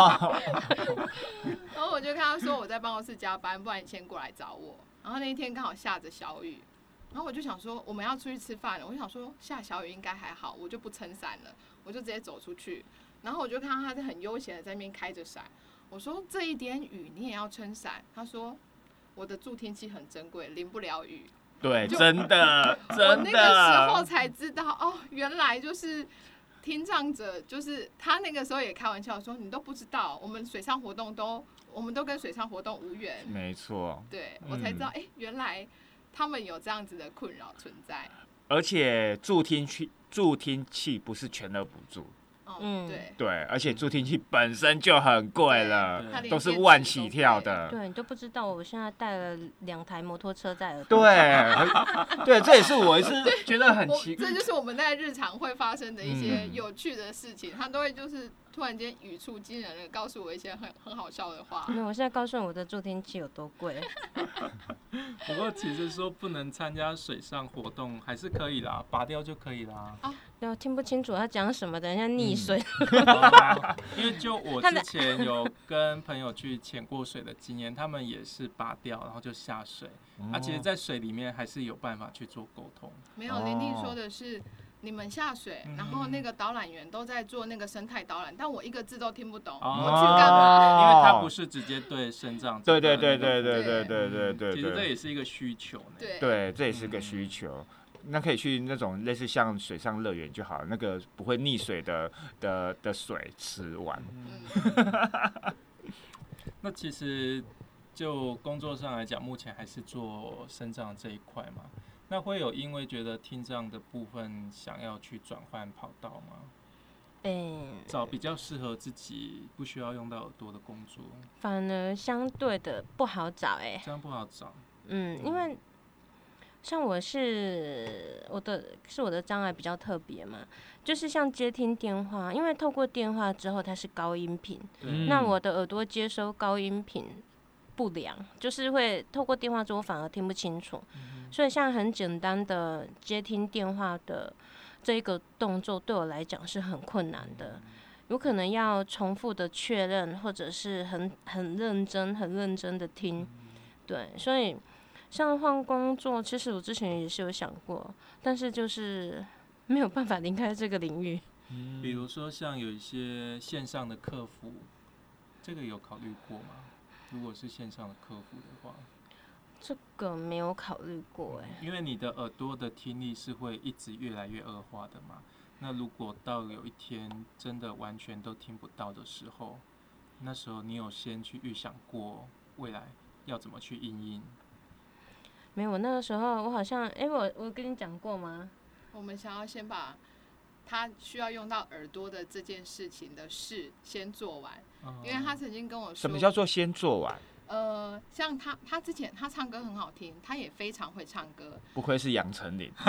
然后我就跟他说我在办公室加班，不然你先过来找我。然后那一天刚好下着小雨，然后我就想说我们要出去吃饭了，我就想说下小雨应该还好，我就不撑伞了，我就直接走出去。然后我就看到他是很悠闲的在那边开着伞，我说这一点雨你也要撑伞？他说我的助听器很珍贵，淋不了雨。 对，真的，真的。 我那个时候才知道，哦，原来就是听障者，就是他那个时候也开玩笑说，你都不知道，我们水上活动都，我们都跟水上活动无缘。 没错。 对，我才知道，哎、嗯欸，原来他们有这样子的困扰存在。 而且助听器，助听器不是全额补助。 嗯，对对，而且助听器本身就很贵了，都是万起跳的。 对，你都不知道，我现在带了两台摩托车在耳朵。对，对，这也是我一次觉得很奇怪。 这就是我们在日常会发生的一些有趣的事情，嗯、他都会就是突然间语出惊人的告诉我一些很很好笑的话。 没有，我现在告诉你我的助听器有多贵。 不过其实说不能参加水上活动还是可以啦，拔掉就可以啦。 啊，我听不清楚他讲什么，等一下溺水。 嗯哦、因为就我之前有跟朋友去潜过水的经验，他们也是拔掉，然后就下水。哦、啊，其实，在水里面还是有办法去做沟通。 没有，林丽说的是。你们下水，然后那个导览员都在做那个生态导览，但我一个字都听不懂，哦、我去干嘛？ 因为他不是直接对身障者。 对对对对对对对对对。 其实这也是一个需求呢。 对， 对，这也是个需求。嗯、那可以去那种类似像水上乐园就好了，那个不会溺水的的的水吃完。 嗯、那其实就工作上来讲，目前还是做身障这一块嘛。那会有因为觉得听障的部分想要去转换跑道吗？ 嗯， 找比较适合自己不需要用到耳朵的工作， 反而相对的不好找哎、欸， 这样不好找。 嗯，因为像我是我的是我的障碍比较特别嘛，就是像接听电话，因为透过电话之后它是高音频， 嗯、 那我的耳朵接收高音频不良，就是会透过电话之后反而听不清楚。嗯，所以像很简单的接听电话的这一个动作对我来讲是很困难的，有可能要重复的确认，或者是很很认真很认真的听。对，所以像换工作，其实我之前也是有想过，但是就是没有办法离开这个领域。 比如说像有一些线上的客服，这个有考虑过吗？如果是线上的客服的话， 这个没有考虑过哎。 因为你的耳朵的听力是会一直越来越恶化的嘛。那如果到有一天真的完全都听不到的时候，那时候你有先去预想过未来要怎么去因应？ 没有，那个时候我好像哎、欸，我我跟你讲过吗？ 我们想要先把他需要用到耳朵的这件事情的事先做完，嗯、因为他曾经跟我说， 什么叫做先做完？ 呃，像他，他之前他唱歌很好听，他也非常会唱歌。 不愧是杨丞琳，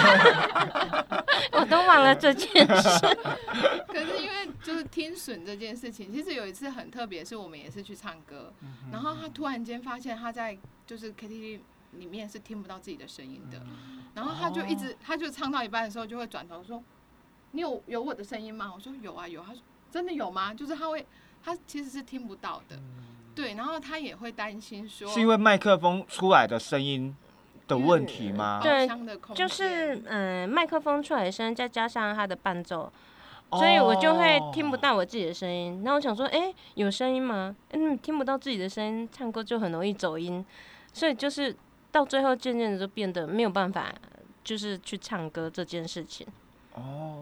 我都忘了这件事。 可是因为就是听损这件事情，其实有一次很特别，是我们也是去唱歌，嗯、然后他突然间发现他在就是 K T V 里面是听不到自己的声音的，嗯、然后他就一直、哦、他就唱到一半的时候就会转头说：“你有有我的声音吗？”我说：“有啊有。”他说：“真的有吗？”就是他会，他其实是听不到的。嗯对，然后他也会担心说， 是因为麦克风出来的声音的问题吗？ 对，就是嗯，麦克风出来的声音，再加上他的伴奏，哦、所以我就会听不到我自己的声音。然后我想说，哎、欸，有声音吗？嗯，听不到自己的声音，唱歌就很容易走音，所以就是到最后渐渐的就变得没有办法，就是去唱歌这件事情。 哦，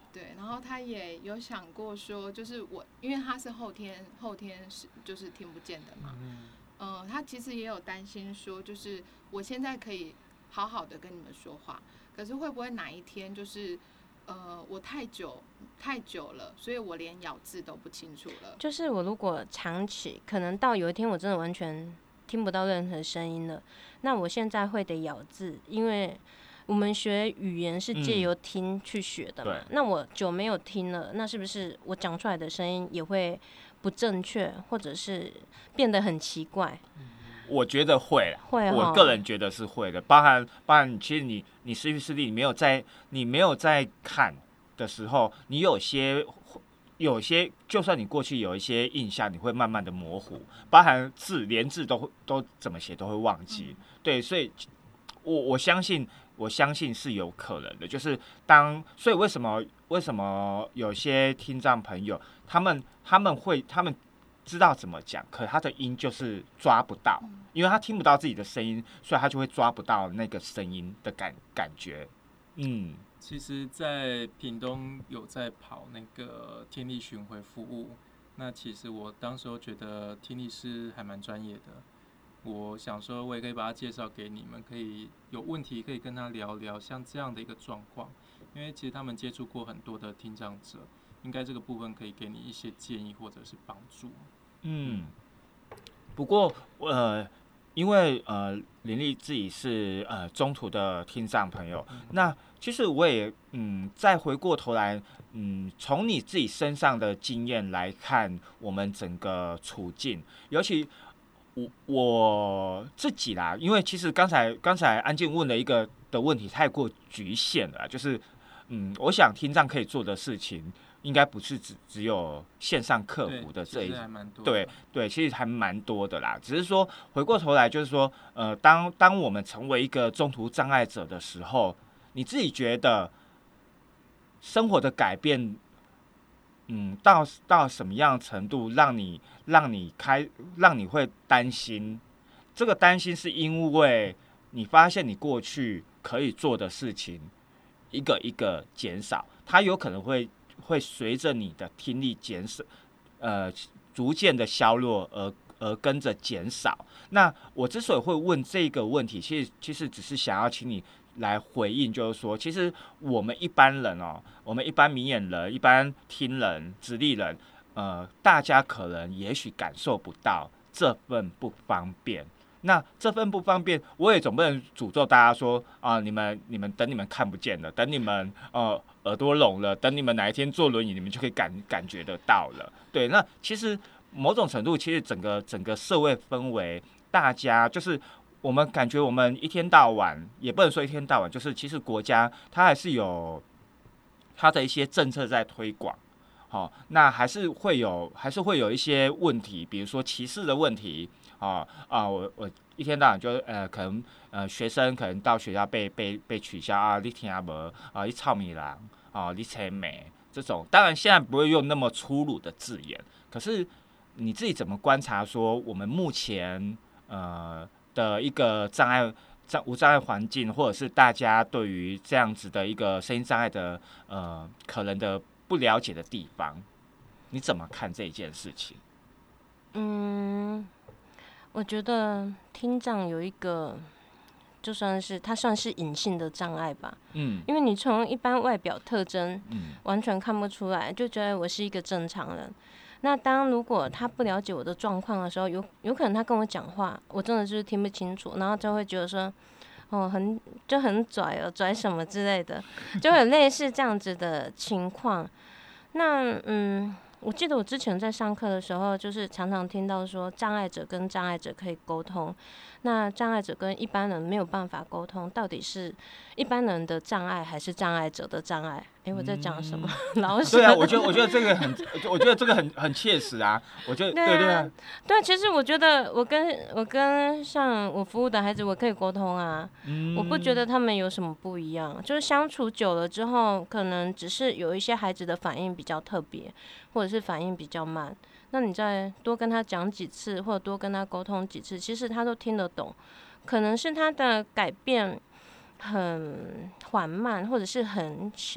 对，然后他也有想过说，就是我，因为他是后天后天是就是听不见的嘛，嗯、呃，他其实也有担心说，就是我现在可以好好的跟你们说话，可是会不会哪一天就是呃我太久太久了，所以我连咬字都不清楚了。 就是我如果长期，可能到有一天我真的完全听不到任何声音了，那我现在会得咬字，因为我们学语言是借由听去学的嘛、嗯、那我久没有听了，那是不是我讲出来的声音也会不正确，或者是变得很奇怪？ 我觉得会， 会， 我个人觉得是会的。包含包含，其实你你失去视力，你没有在你没有在看的时候，你有些有些，就算你过去有一些印象，你会慢慢的模糊，包含字连字都都怎么写都会忘记。嗯、对，所以我我相信。我相信是有可能的，就是当所以为什么为什么有些听障朋友，他们他们会他们知道怎么讲，可他的音就是抓不到，因为他听不到自己的声音，所以他就会抓不到那个声音的感感觉。嗯， 其实，在屏东有在跑那个听力巡回服务，那其实我当时候觉得听力师还蛮专业的。我想说，我也可以把他介绍给你们，可以有问题可以跟他聊聊，像这样的一个状况，因为其实他们接触过很多的听障者，应该这个部分可以给你一些建议或者是帮助。 嗯，不过呃，因为呃林立自己是呃中途的听障朋友，嗯、那其实我也嗯再回过头来，嗯从你自己身上的经验来看，我们整个处境，尤其。我我自己啦，因为其实刚才刚才安静问了一个的问题太过局限了，就是嗯，我想听障可以做的事情，应该不是只只有线上客服的这一，对对，其实还蛮多的啦。只是说回过头来，就是说，呃，当当我们成为一个中途障碍者的时候，你自己觉得生活的改变。嗯，到到什么样的程度，让你让你开，让你会担心？这个担心是因为你发现你过去可以做的事情一个一个减少，它有可能会会随着你的听力减少，呃，逐渐的削弱而而跟着减少。那我之所以会问这个问题，其实其实只是想要请你。来回应，就是说，其实我们一般人哦，我们一般明眼人、一般听人、直立人，呃，大家可能也许感受不到这份不方便。那这份不方便，我也总不能诅咒大家说啊、呃，你们你们等你们看不见了，等你们呃耳朵聋了，等你们哪一天坐轮椅，你们就可以感感觉得到了。对，那其实某种程度，其实整个整个社会氛围，大家就是。我们感觉我们一天到晚，也不能说一天到晚，就是其实国家它还是有它的一些政策在推广，好、哦，那还是会有还是会有一些问题，比如说歧视的问题，啊、哦、啊，我我一天到晚就呃可能呃学生可能到学校被被被取消啊，你听无啊，你臭米郎啊，你青美这种，当然现在不会用那么粗鲁的字眼，可是你自己怎么观察说我们目前呃？的一个障碍、障无障碍环境，或者是大家对于这样子的一个声音障碍的呃可能的不了解的地方，你怎么看这件事情？ 嗯，我觉得听障有一个，就算是它算是隐性的障碍吧。嗯，因为你从一般外表特征，嗯，完全看不出来，就觉得我是一个正常人。那当如果他不了解我的状况的时候，有有可能他跟我讲话，我真的就是听不清楚，然后就会觉得说，哦，很就很拽哦，拽什么之类的，就有类似这样子的情况。那嗯，我记得我之前在上课的时候，就是常常听到说，障碍者跟障碍者可以沟通，那障碍者跟一般人没有办法沟通，到底是一般人的障碍还是障碍者的障碍？哎，我在讲什么？嗯、老师。 对啊，我觉得我觉得这个很，我觉得这个很很切实啊。我觉得对对啊， 对，其实我觉得我跟我跟像我服务的孩子，我可以沟通啊。嗯。我不觉得他们有什么不一样，就是相处久了之后，可能只是有一些孩子的反应比较特别，或者是反应比较慢。那你再多跟他讲几次，或者多跟他沟通几次，其实他都听得懂。可能是他的改变很缓慢，或者是很小。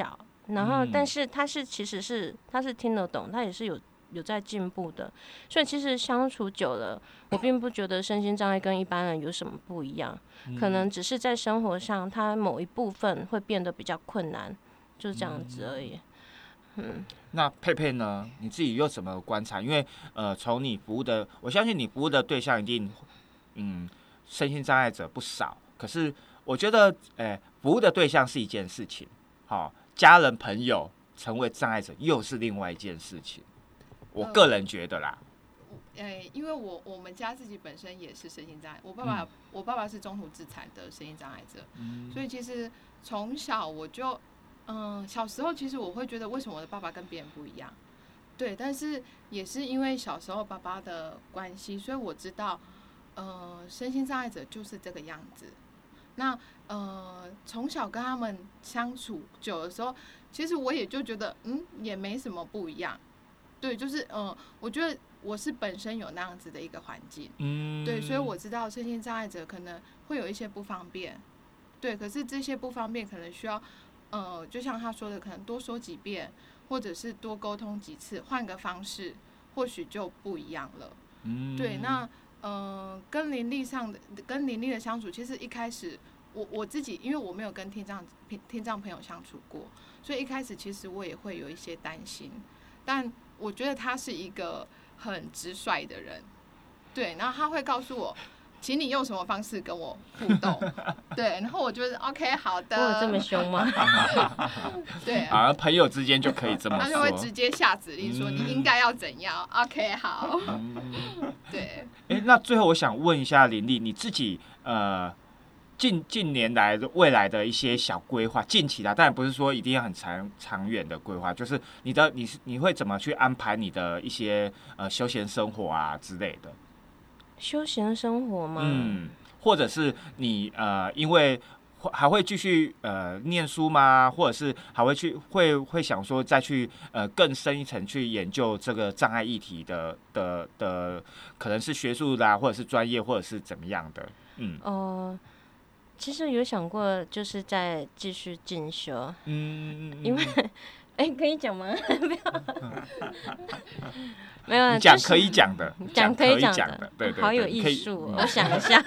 然后嗯但是他是其实是他是听得懂，他也是有有在进步的，所以其实相处久了，我并不觉得身心障碍跟一般人有什么不一样，可能只是在生活上他某一部分会变得比较困难，就是这样子而已。嗯， 那佩佩呢？你自己有什么观察？因为呃，从你服务的，我相信你服务的对象一定，嗯，身心障碍者不少。可是我觉得，呃，服务的对象是一件事情，好、哦，家人朋友成为障碍者又是另外一件事情。我个人觉得啦， 呃，因为我我们家自己本身也是身心障碍，我爸爸、嗯、我爸爸是中途自残的身心障碍者，嗯、所以其实从小我就。嗯，小时候其实我会觉得为什么我的爸爸跟别人不一样，对，但是也是因为小时候爸爸的关系，所以我知道，呃，身心障碍者就是这个样子。那呃，从小跟他们相处久的时候，其实我也就觉得，嗯，也没什么不一样。对，就是嗯、呃，我觉得我是本身有那样子的一个环境，嗯，对，所以我知道身心障碍者可能会有一些不方便，对，可是这些不方便可能需要。呃，就像他说的，可能多说几遍，或者是多沟通几次，换个方式，或许就不一样了。嗯，对。那呃，跟林立上的跟林立的相处，其实一开始我我自己，因为我没有跟听障听障朋友相处过，所以一开始其实我也会有一些担心。但我觉得他是一个很直率的人，对。然后他会告诉我。请你用什么方式跟我互动？对，然后我觉得 OK 好的。 我有这么凶吗？ 对， 好像朋友之间就可以这么说。 他就会直接下指令说、嗯、你应该要怎样 ？OK 好。嗯、对。 哎，那最后我想问一下林立，你自己呃近近年来的未来的一些小规划，近期的，当然不是说一定要很长长远的规划，就是你的你你会怎么去安排你的一些呃休闲生活啊之类的？ 休闲生活吗？ 嗯，或者是你呃，因为还会继续呃念书吗？或者是还会去会会想说再去呃更深一层去研究这个障碍议题的的的，可能是学术啦，或者是专业，或者是怎么样的？嗯， 哦、呃，其实有想过，就是再继续进修。嗯，因为哎、欸，可以讲吗？不要。没有， 讲可以讲的， 讲可以讲的，对对对， 好有艺术、哦。我想一下，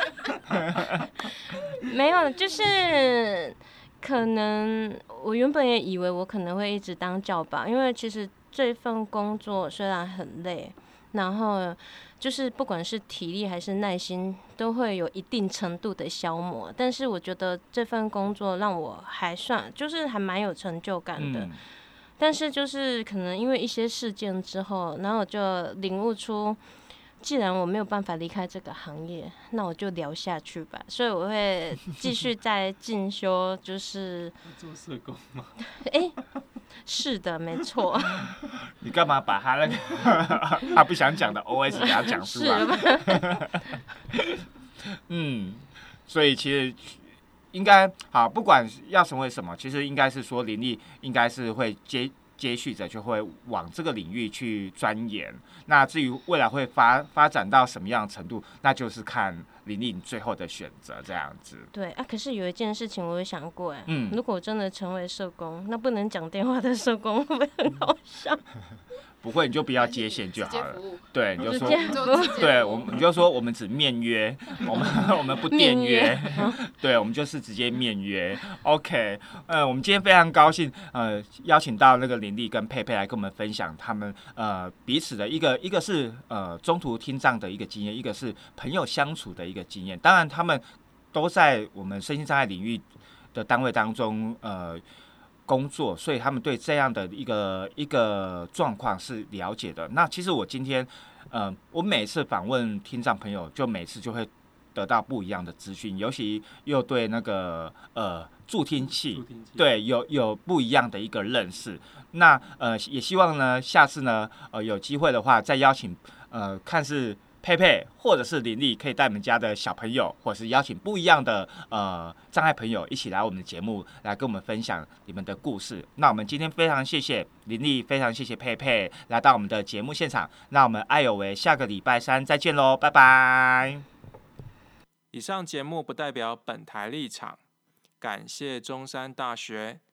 没有，就是可能我原本也以为我可能会一直当教保，因为其实这份工作虽然很累，然后就是不管是体力还是耐心，都会有一定程度的消磨。但是我觉得这份工作让我还算，就是还蛮有成就感的。嗯，但是就是可能因为一些事件之后，然后我就领悟出，既然我没有办法离开这个行业，那我就聊下去吧。所以我会继续在进修，就是做社工吗？ 哎、欸，是的，没错。 你干嘛把他那个他不想讲的 O S 给他讲出来？嗯，所以其实。应该好，不管要成为什么，其实应该是说林立应该是会接接续着就会往这个领域去钻研。那至于未来会发发展到什么样的程度，那就是看林立你最后的选择这样子。 对啊，可是有一件事情我有想过，哎，嗯，如果真的成为社工，那不能讲电话的社工会不会很好笑？ 不会，你就不要接线就好了。对，你就说， 对， 对我们你就说我们只面约，我们我们不电约，对，我们就是直接面约。OK， 呃，我们今天非常高兴，呃，邀请到那个林立跟佩佩来跟我们分享他们呃彼此的一个一个是呃中途听障的一个经验，一个是朋友相处的一个经验。当然，他们都在我们身心障碍领域的单位当中，呃。工作，所以他们对这样的一个一个状况是了解的。那其实我今天，呃，我每次访问听障朋友，就每次就会得到不一样的资讯，尤其又对那个呃助听器，对有有不一样的一个认识。那呃也希望呢，下次呢，呃有机会的话，再邀请呃看是。佩佩或者是林立可以带你们家的小朋友，或者是邀请不一样的呃障碍朋友一起来我们的节目，来跟我们分享你们的故事。那我们今天非常谢谢林立，非常谢谢佩佩来到我们的节目现场。那我们爱有为下个礼拜三再见喽，拜拜。 以上节目不代表本台立场，感谢中山大学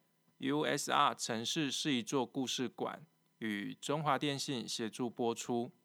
U S R 城市是一座故事馆与中华电信协助播出。